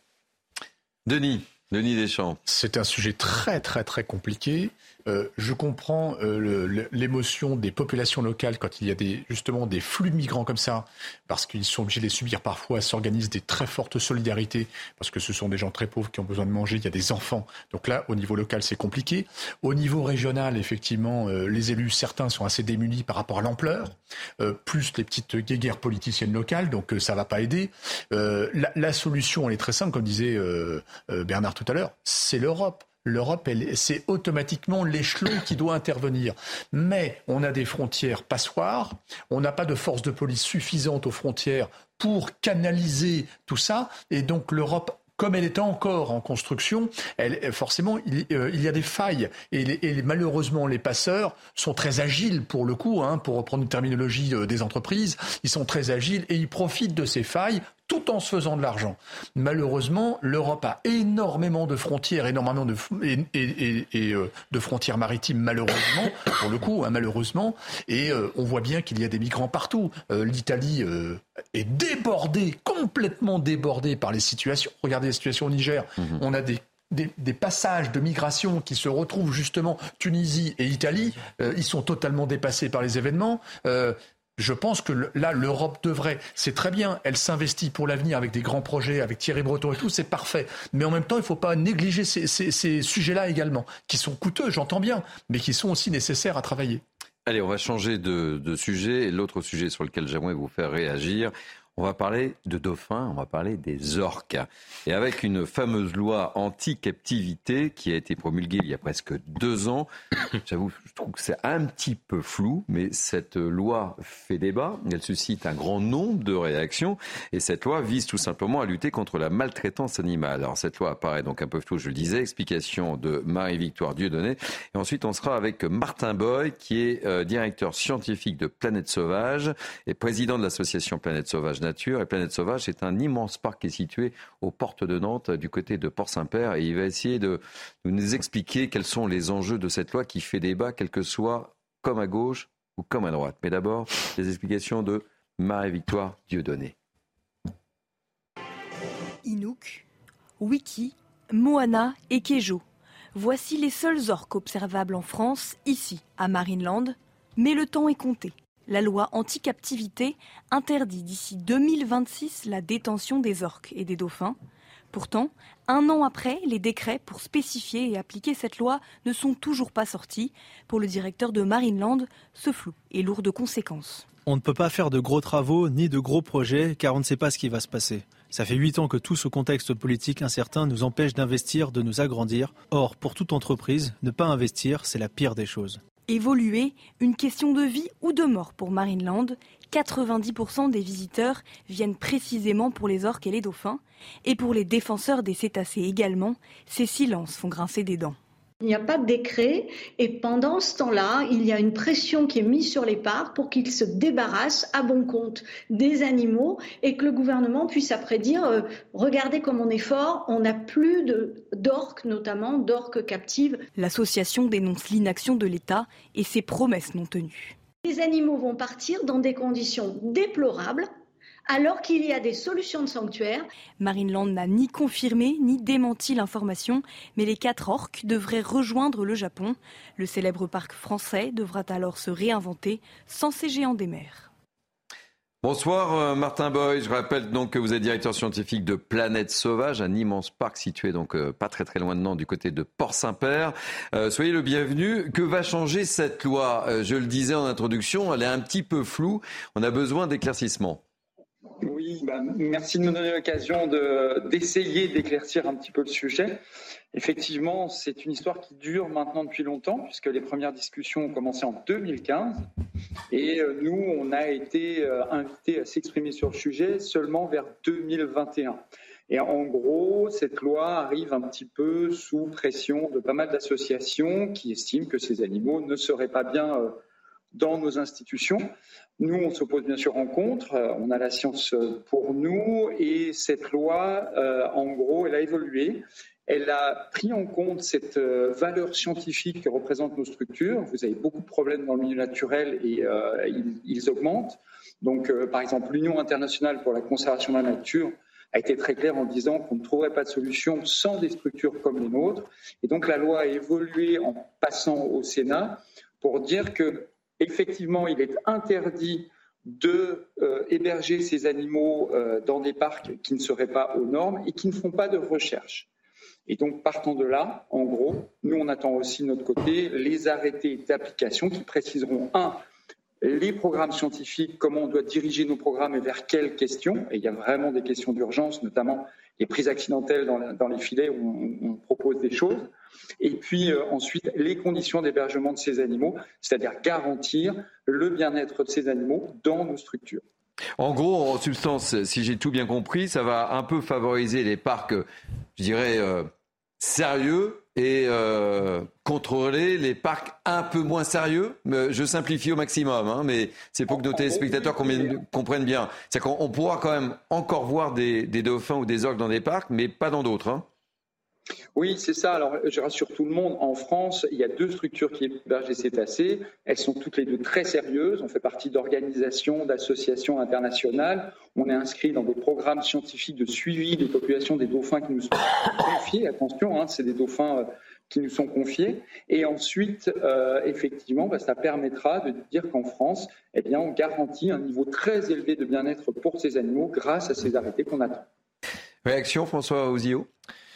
Denis, Denis Deschamps. C'est un sujet très, très, très compliqué. Euh, je comprends euh, le, l'émotion des populations locales quand il y a des, justement des flux de migrants comme ça, parce qu'ils sont obligés de les subir parfois, s'organisent des très fortes solidarités, parce que ce sont des gens très pauvres qui ont besoin de manger, il y a des enfants. Donc là, au niveau local, c'est compliqué. Au niveau régional, effectivement, euh, les élus, certains sont assez démunis par rapport à l'ampleur, euh, plus les petites guéguerres politiciennes locales, donc euh, ça va pas aider. Euh, la, la solution, elle est très simple, comme disait euh, euh, Bernard tout à l'heure, c'est l'Europe. L'Europe, elle, c'est automatiquement l'échelon qui doit intervenir. Mais on a des frontières passoires, on n'a pas de force de police suffisante aux frontières pour canaliser tout ça. Et donc l'Europe, comme elle est encore en construction, elle, forcément, il, euh, il y a des failles. Et, les, et les, malheureusement, les passeurs sont très agiles pour le coup, hein, pour reprendre une terminologie euh, des entreprises. Ils sont très agiles et ils profitent de ces failles tout en se faisant de l'argent. Malheureusement, l'Europe a énormément de frontières, énormément de, et, et, et, et, euh, de frontières maritimes, malheureusement, pour le coup, hein, malheureusement. Et euh, on voit bien qu'il y a des migrants partout. Euh, L'Italie euh, est débordée, complètement débordée par les situations. Regardez la situation au Niger. Mmh. On a des Des, des passages de migration qui se retrouvent justement Tunisie et Italie. Euh, ils sont totalement dépassés par les événements. Euh, Je pense que là, l'Europe devrait, c'est très bien, elle s'investit pour l'avenir avec des grands projets, avec Thierry Breton et tout, c'est parfait. Mais en même temps, il ne faut pas négliger ces, ces, ces sujets-là également, qui sont coûteux, j'entends bien, mais qui sont aussi nécessaires à travailler. Allez, on va changer de, de sujet. Et l'autre sujet sur lequel j'aimerais vous faire réagir, on va parler de dauphins, on va parler des orques. Et avec une fameuse loi anti-captivité qui a été promulguée il y a presque deux ans, j'avoue, je trouve que c'est un petit peu flou, mais cette loi fait débat, elle suscite un grand nombre de réactions, et cette loi vise tout simplement à lutter contre la maltraitance animale. Alors cette loi apparaît donc un peu flou, je le disais, explication de Marie-Victoire Dieudonné, et ensuite on sera avec Martin Boy, qui est euh, directeur scientifique de Planète Sauvage et président de l'association Planète Sauvage Nature. Et Planète Sauvage, c'est un immense parc qui est situé aux portes de Nantes, du côté de Port-Saint-Père. Et il va essayer de, de nous expliquer quels sont les enjeux de cette loi qui fait débat, quel que soit comme à gauche ou comme à droite. Mais d'abord, les explications de Marie-Victoire Dieudonné. Inuk, Wiki, Moana et Kejo. Voici les seuls orques observables en France, ici, à Marineland. Mais le temps est compté. La loi anti-captivité interdit d'ici deux mille vingt-six la détention des orques et des dauphins. Pourtant, un an après, les décrets pour spécifier et appliquer cette loi ne sont toujours pas sortis. Pour le directeur de Marineland, ce flou est lourd de conséquences. On ne peut pas faire de gros travaux ni de gros projets car on ne sait pas ce qui va se passer. Ça fait huit ans que tout ce contexte politique incertain nous empêche d'investir, de nous agrandir. Or, pour toute entreprise, ne pas investir, c'est la pire des choses. Évoluer, une question de vie ou de mort pour Marineland. quatre-vingt-dix pour cent des visiteurs viennent précisément pour les orques et les dauphins. Et pour les défenseurs des cétacés également, ces silences font grincer des dents. Il n'y a pas de décret et pendant ce temps-là, il y a une pression qui est mise sur les parcs pour qu'ils se débarrassent à bon compte des animaux et que le gouvernement puisse après dire euh, « Regardez comme on est fort, on n'a plus de, d'orques, notamment d'orques captives ». L'association dénonce l'inaction de l'État et ses promesses non tenues. Les animaux vont partir dans des conditions déplorables, alors qu'il y a des solutions de sanctuaire. Marine Land n'a ni confirmé ni démenti l'information, mais les quatre orques devraient rejoindre le Japon. Le célèbre parc français devra alors se réinventer sans ces géants des mers. Bonsoir Martin Boy, je rappelle donc que vous êtes directeur scientifique de Planète Sauvage, un immense parc situé donc euh, pas très très loin de Nantes du côté de Port-Saint-Père. Euh, soyez le bienvenu. Que va changer cette loi ? euh, Je le disais en introduction, elle est un petit peu floue, on a besoin d'éclaircissements. Oui, bah, merci de me donner l'occasion de, d'essayer d'éclaircir un petit peu le sujet. Effectivement, c'est une histoire qui dure maintenant depuis longtemps, puisque les premières discussions ont commencé en deux mille quinze. Et euh, nous, on a été euh, invités à s'exprimer sur le sujet seulement vers deux mille vingt et un. Et en gros, cette loi arrive un petit peu sous pression de pas mal d'associations qui estiment que ces animaux ne seraient pas bien euh, dans nos institutions. Nous, on s'oppose bien sûr en contre, on a la science pour nous, et cette loi, euh, en gros, elle a évolué. Elle a pris en compte cette euh, valeur scientifique que représentent nos structures. Vous avez beaucoup de problèmes dans le milieu naturel et euh, ils, ils augmentent. Donc, euh, par exemple, l'Union internationale pour la conservation de la nature a été très claire en disant qu'on ne trouverait pas de solution sans des structures comme les nôtres. Et donc, la loi a évolué en passant au Sénat pour dire que effectivement, il est interdit de euh, héberger ces animaux euh, dans des parcs qui ne seraient pas aux normes et qui ne font pas de recherche. Et donc, partant de là, en gros, nous, on attend aussi de notre côté les arrêtés d'application qui préciseront, un, les programmes scientifiques, comment on doit diriger nos programmes et vers quelles questions. Et il y a vraiment des questions d'urgence, notamment les prises accidentelles dans, la, dans les filets où on, on propose des choses. Et puis euh, ensuite, les conditions d'hébergement de ces animaux, c'est-à-dire garantir le bien-être de ces animaux dans nos structures. En gros, en substance, si j'ai tout bien compris, ça va un peu favoriser les parcs, je dirais, euh, sérieux et euh, contrôler les parcs un peu moins sérieux. Je simplifie au maximum, hein, mais c'est pour que nos téléspectateurs comprennent bien. C'est-à-dire qu'on pourra quand même encore voir des, des dauphins ou des orques dans des parcs, mais pas dans d'autres, hein. Oui, c'est ça. Alors, je rassure tout le monde. En France, il y a deux structures qui hébergent les cétacés. Elles sont toutes les deux très sérieuses. On fait partie d'organisations, d'associations internationales. On est inscrit dans des programmes scientifiques de suivi des populations des dauphins qui nous sont confiés. Attention, hein, c'est des dauphins euh, qui nous sont confiés. Et ensuite, euh, effectivement, bah, ça permettra de dire qu'en France, eh bien, on garantit un niveau très élevé de bien-être pour ces animaux grâce à ces arrêtés qu'on attend. Réaction, François Ozio ?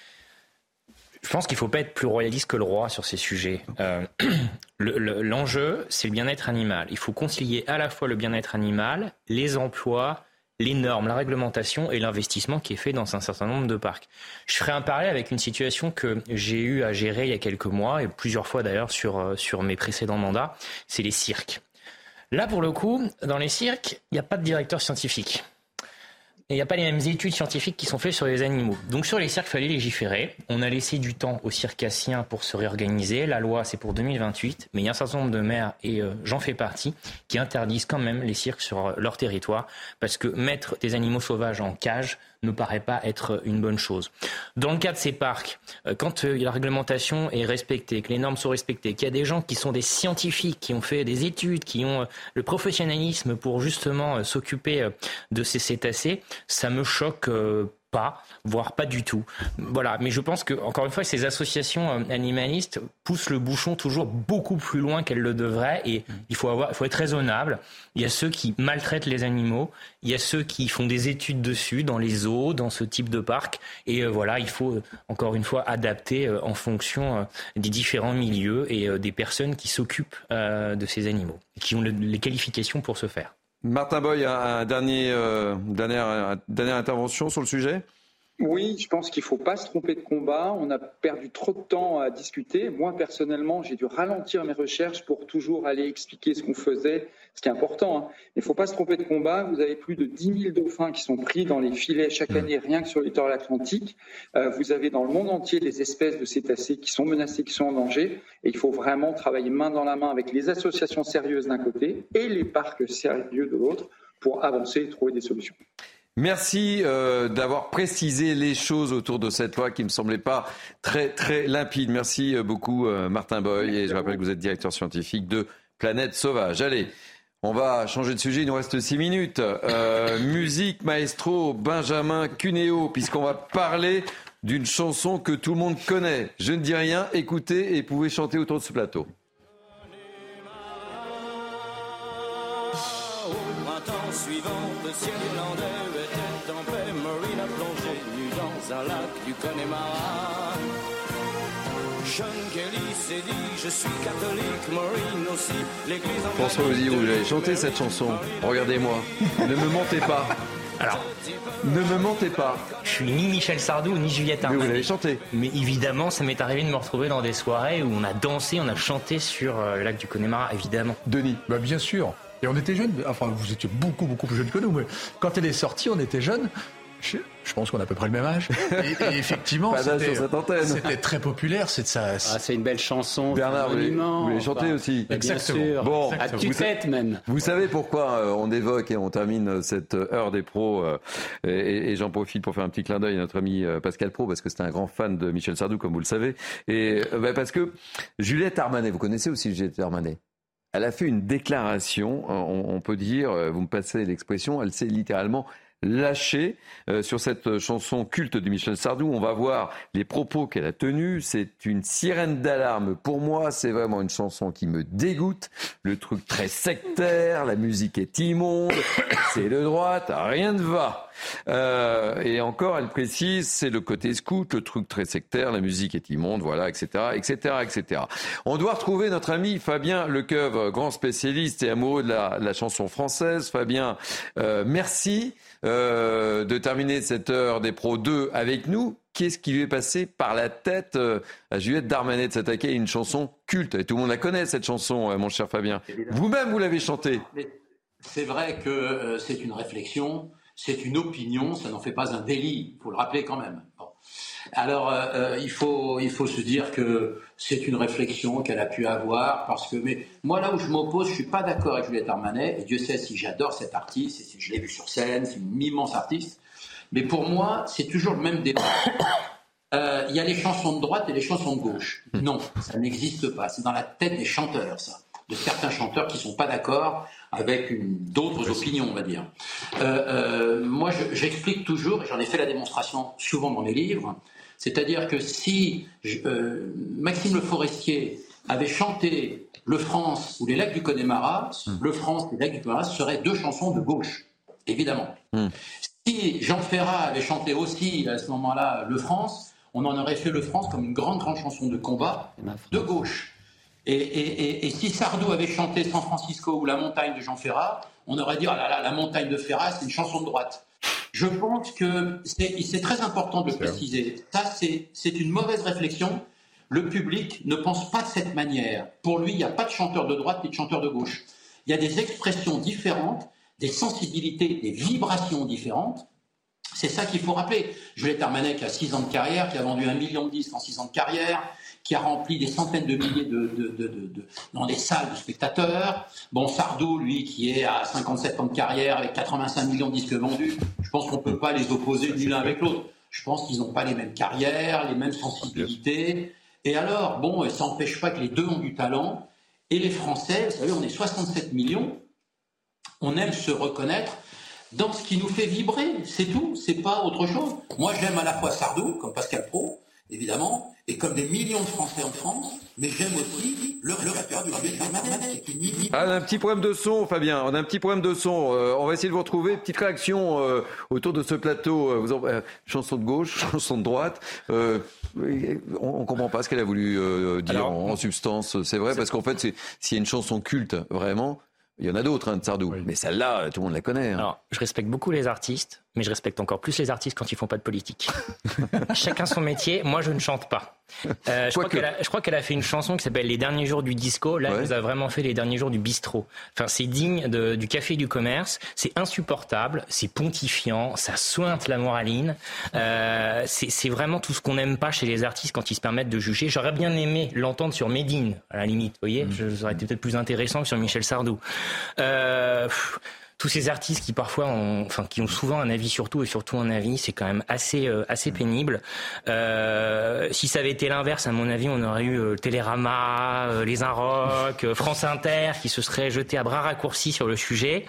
Je pense qu'il ne faut pas être plus royaliste que le roi sur ces sujets. Euh, le, le, l'enjeu, c'est le bien-être animal. Il faut concilier à la fois le bien-être animal, les emplois, les normes, la réglementation et l'investissement qui est fait dans un certain nombre de parcs. Je ferai un parallèle avec une situation que j'ai eu à gérer il y a quelques mois, et plusieurs fois d'ailleurs sur, sur mes précédents mandats, c'est les cirques. Là, pour le coup, dans les cirques, il n'y a pas de directeur scientifique. Et il n'y a pas les mêmes études scientifiques qui sont faites sur les animaux. Donc sur les cirques, il fallait légiférer. On a laissé du temps aux circassiens pour se réorganiser. La loi, c'est pour deux mille vingt-huit. Mais il y a un certain nombre de maires, et euh, j'en fais partie, qui interdisent quand même les cirques sur leur territoire. Parce que mettre des animaux sauvages en cage ne paraît pas être une bonne chose. Dans le cas de ces parcs, euh, quand euh, la réglementation est respectée, que les normes sont respectées, qu'il y a des gens qui sont des scientifiques, qui ont fait des études, qui ont euh, le professionnalisme pour justement euh, s'occuper euh, de ces cétacés, ça me choque euh, pas, voire pas du tout. Voilà, mais je pense que, encore une fois, ces associations animalistes poussent le bouchon toujours beaucoup plus loin qu'elles le devraient, et il faut avoir, il faut être raisonnable. Il y a ceux qui maltraitent les animaux, il y a ceux qui font des études dessus, dans les zoos, dans ce type de parc, et euh, voilà, il faut, encore une fois, adapter euh, en fonction euh, des différents milieux et euh, des personnes qui s'occupent euh, de ces animaux, qui ont le, les qualifications pour ce faire. Martin Boy, un dernier, euh, dernière, dernière intervention sur le sujet ? Oui, je pense qu'il ne faut pas se tromper de combat. On a perdu trop de temps à discuter. Moi, personnellement, j'ai dû ralentir mes recherches pour toujours aller expliquer ce qu'on faisait, ce qui est important. Hein. Il ne faut pas se tromper de combat. Vous avez plus de dix mille dauphins qui sont pris dans les filets chaque année, rien que sur le littoral atlantique. Euh, vous avez dans le monde entier des espèces de cétacés qui sont menacées, qui sont en danger. Et il faut vraiment travailler main dans la main avec les associations sérieuses d'un côté et les parcs sérieux de l'autre pour avancer et trouver des solutions. Merci euh, d'avoir précisé les choses autour de cette loi qui me semblait pas très très limpide. Merci beaucoup euh, Martin Boy, et je rappelle que vous êtes directeur scientifique de Planète Sauvage. Allez, on va changer de sujet, il nous reste six minutes. Euh, musique, maestro Benjamin Cuneo, puisqu'on va parler d'une chanson que tout le monde connaît. Je ne dis rien, écoutez et pouvez chanter autour de ce plateau. Au printemps suivant, le ciel irlandais était en paix. Maureen a plongé nue dans un lac du Connemara. Sean Kelly s'est dit, je suis catholique, Maureen aussi. L'église en François Ozzy, vous avez chanté cette chanson. Regardez-moi, ne me mentez pas. Alors, ne me mentez pas. Je suis ni Michel Sardou ni Juliette Armanet. Mais vous l'avez chanté. Mais évidemment, ça m'est arrivé de me retrouver dans des soirées où on a dansé, on a chanté sur euh, le lac du Connemara, évidemment. Denis. Bah bien sûr. Et on était jeunes, enfin vous étiez beaucoup beaucoup plus jeunes que nous, mais quand elle est sortie, on était jeunes. Je, je pense qu'on a à peu près le même âge. Et, et effectivement, c'était, c'était très populaire. C'est, ça, ah, c'est une belle chanson. Bernard, vous voulez chanter enfin, aussi. Exactement. Bien sûr. Bon, à tue-tête même. Vous savez pourquoi euh, on évoque et on termine cette heure des pros euh, et, et j'en profite pour faire un petit clin d'œil à notre ami euh, Pascal Praud, parce que c'est un grand fan de Michel Sardou, comme vous le savez. Et euh, bah, parce que Juliette Armanet, vous connaissez aussi Juliette Armanet. Elle a fait une déclaration, on, on peut dire, vous me passez l'expression, elle s'est littéralement lâchée euh, sur cette chanson culte de Michel Sardou. On va voir les propos qu'elle a tenus. C'est une sirène d'alarme. Pour moi, c'est vraiment une chanson qui me dégoûte. Le truc très sectaire, la musique est immonde, c'est de droite, rien ne va. Euh, et encore, elle précise, c'est le côté scout, le truc très sectaire, la musique est immonde, voilà, et cetera, et cetera, et cetera. On doit retrouver notre ami Fabien Lecoeuvre, grand spécialiste et amoureux de la, de la chanson française. Fabien, euh, merci euh, de terminer cette heure des pros deux avec nous. Qu'est-ce qui lui est passé par la tête euh, à Juliette Armanet de s'attaquer à une chanson culte? Et tout le monde la connaît, cette chanson, euh, mon cher Fabien. Évidemment. Vous-même, vous l'avez chantée. Mais c'est vrai que euh, c'est une réflexion. C'est une opinion, ça n'en fait pas un délit, il faut le rappeler quand même. Bon. Alors, euh, il faut, il faut se dire que c'est une réflexion qu'elle a pu avoir, parce que, mais moi là où je m'oppose, je ne suis pas d'accord avec Juliette Armanet, et Dieu sait si j'adore cet artiste, et si je l'ai vu sur scène, c'est une immense artiste, mais pour moi, c'est toujours le même débat. Il euh, y a les chansons de droite et les chansons de gauche. Non, ça n'existe pas, c'est dans la tête des chanteurs, ça, de certains chanteurs qui ne sont pas d'accord avec une, d'autres opinions, on va dire. Euh, euh, moi, je, j'explique toujours, et j'en ai fait la démonstration souvent dans mes livres, c'est-à-dire que si je, euh, Maxime Le Forestier avait chanté Le France ou Les Lacs du Connemara, mmh. Le France et Les Lacs du Connemara seraient deux chansons de gauche, évidemment. Mmh. Si Jean Ferrat avait chanté aussi, à ce moment-là, Le France, on en aurait fait Le France comme une grande, grande chanson de combat de gauche. Et, et, et, et si Sardou avait chanté San Francisco ou La Montagne de Jean Ferrat, on aurait dit « Ah là là, La Montagne de Ferrat, c'est une chanson de droite ». Je pense que c'est, c'est très important de le préciser. Ça, c'est, c'est une mauvaise réflexion. Le public ne pense pas de cette manière. Pour lui, il n'y a pas de chanteur de droite ni de chanteur de gauche. Il y a des expressions différentes, des sensibilités, des vibrations différentes. C'est ça qu'il faut rappeler. Juliette Armanet qui a six ans de carrière, qui a vendu un million de disques en six ans de carrière, qui a rempli des centaines de milliers de, de, de, de, de dans des salles de spectateurs. Bon, Sardou, lui, qui est à cinquante-sept ans de carrière avec quatre-vingt-cinq millions de disques vendus, je pense qu'on ne peut pas les opposer ni l'un avec l'autre. Je pense qu'ils n'ont pas les mêmes carrières, les mêmes sensibilités. Et alors, bon, ça n'empêche pas que les deux ont du talent. Et les Français, vous savez, on est soixante-sept millions. On aime se reconnaître dans ce qui nous fait vibrer, c'est tout, c'est pas autre chose. Moi, j'aime à la fois Sardou, comme Pascal Praud, évidemment, et comme des millions de Français en France, mais j'aime aussi le répertoire du Juliette Armanet. Ah, on a un petit problème de son, Fabien, on a un petit problème de son. Euh, on va essayer de vous retrouver. Petite réaction euh, autour de ce plateau. Euh, vous en, euh, chanson de gauche, chanson de droite. Euh, on ne comprend pas ce qu'elle a voulu euh, dire. Alors, en, en substance. C'est vrai, c'est... parce qu'en fait, c'est, s'il y a une chanson culte, vraiment, Il y en a d'autres, hein, de Sardou. Oui. Mais celle-là, tout le monde la connaît. Hein. Alors, je respecte beaucoup les artistes, mais je respecte encore plus les artistes quand ils font pas de politique. Chacun son métier. Moi, je ne chante pas. Euh, je, crois qu'elle a, je crois qu'elle a fait une chanson qui s'appelle Les derniers jours du disco. Là, ouais. Elle nous a vraiment fait Les derniers jours du bistrot. Enfin, c'est digne de, du café et du commerce. C'est insupportable. C'est pontifiant. Ça sointe la moraline. Euh, c'est, c'est vraiment tout ce qu'on n'aime pas chez les artistes quand ils se permettent de juger. J'aurais bien aimé l'entendre sur Médine, à la limite. Vous voyez, mmh. Ça aurait été peut-être plus intéressant que sur Michel Sardou. Euh, pff, tous ces artistes qui parfois ont, enfin, qui ont souvent un avis sur tout et surtout un avis, c'est quand même assez, euh, assez pénible. Euh, si ça avait été l'inverse, à mon avis, on aurait eu euh, Télérama, euh, Les Inrocks, euh, France Inter, qui se seraient jetés à bras raccourcis sur le sujet.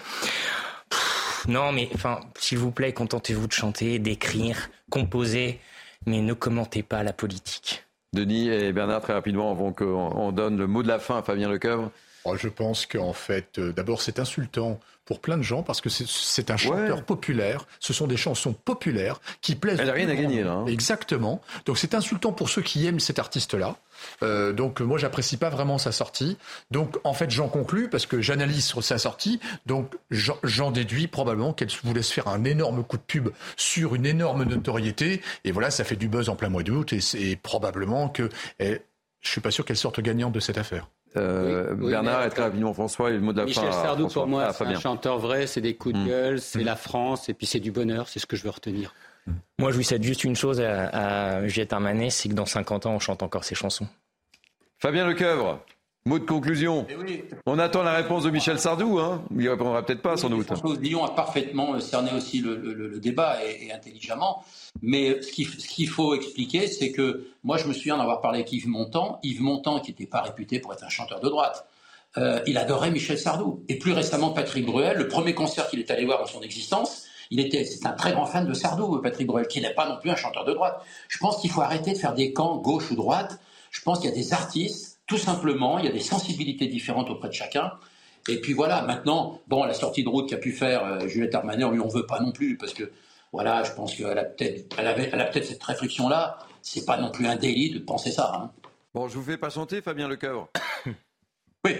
Pff, non, mais enfin, s'il vous plaît, contentez-vous de chanter, d'écrire, composer, mais ne commentez pas la politique. Denis et Bernard, très rapidement, avant qu'on donne le mot de la fin à Fabien Lecoeuvre. Oh, je pense qu'en fait, euh, d'abord, c'est insultant pour plein de gens parce que c'est, c'est un chanteur ouais. populaire. Ce sont des chansons populaires qui plaisent. Elle n'a rien à gagner, là. Hein. Exactement. Donc, c'est insultant pour ceux qui aiment cet artiste-là. Euh, donc, moi, j'apprécie pas vraiment sa sortie. Donc, en fait, j'en conclus parce que j'analyse sur sa sortie. Donc, j'en, j'en déduis probablement qu'elle voulait se faire un énorme coup de pub sur une énorme notoriété. Et voilà, ça fait du buzz en plein mois d'août. Et c'est probablement que elle, je suis pas sûr qu'elle sorte gagnante de cette affaire. Euh, oui, Bernard, oui, et très rapidement François, et le mot de la Michel fin. Michel Sardou, François. pour moi, ah, c'est un chanteur vrai, c'est des coups de mmh. gueule, c'est mmh. la France, et puis c'est du bonheur, c'est ce que je veux retenir. Mmh. Moi, je lui souhaite juste une chose à, à Juliette Armanet, c'est que dans cinquante ans, on chante encore ses chansons. Fabien Lecoeuvre, mot de conclusion. Oui. On attend la réponse de Michel Sardou, hein. Il répondra peut-être pas, oui, sans doute. François Dion a parfaitement cerné aussi le, le, le débat et, et intelligemment. Mais ce qu'il, ce qu'il faut expliquer, c'est que moi, je me souviens d'avoir parlé avec Yves Montand. Yves Montand, qui n'était pas réputé pour être un chanteur de droite, euh, il adorait Michel Sardou. Et plus récemment, Patrick Bruel, le premier concert qu'il est allé voir dans son existence, il était, c'est un très grand fan de Sardou, Patrick Bruel, qui n'est pas non plus un chanteur de droite. Je pense qu'il faut arrêter de faire des camps gauche ou droite. Je pense qu'il y a des artistes, tout simplement, il y a des sensibilités différentes auprès de chacun. Et puis voilà, maintenant, bon, la sortie de route qu'a pu faire euh, Juliette Armanet, lui, on veut pas non plus, parce que voilà, je pense qu'elle a peut-être, elle avait, elle a peut-être cette réflexion-là. C'est pas non plus un délit de penser ça. Hein. Bon, je vous fais pas chanter, Fabien Lecoeuvre. Oui.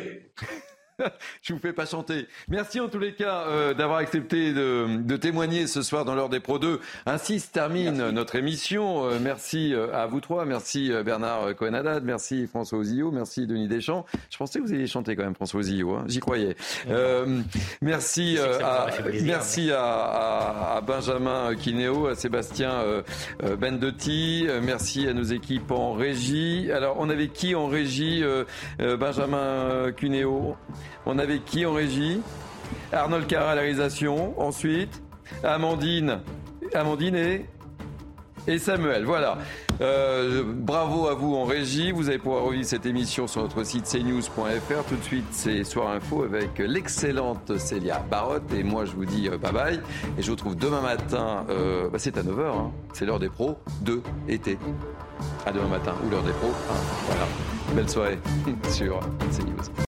Je vous fais pas chanter. Merci en tous les cas euh, d'avoir accepté de, de témoigner ce soir dans l'heure des Pro deux. Ainsi se termine merci. notre émission. Euh, merci à vous trois. Merci Bernard Cohen-Haddad. Merci François Ozillot. Merci Denis Deschamps. Je pensais que vous alliez chanter quand même, François Ozillot. Hein. J'y croyais. Euh, merci euh, à, plaisir, merci mais... à, à, à Benjamin Quinéo, à Sébastien euh, Bendetti. Euh, merci à nos équipes en régie. Alors, on avait qui en régie euh, euh, Benjamin Quinéo. On avait qui en régie? Arnold Carra à la réalisation. Ensuite, Amandine, Amandine et, et Samuel. Voilà. Euh, bravo à vous en régie. Vous allez pouvoir revivre cette émission sur notre site c news point f r. Tout de suite, c'est Soir Info avec l'excellente Célia Barotte. Et moi, je vous dis bye bye. Et je vous retrouve demain matin. Euh, bah c'est à neuf heures. Hein. C'est l'heure des pros de été. À demain matin ou l'heure des pros. Hein. Voilà. Belle soirée sur C News.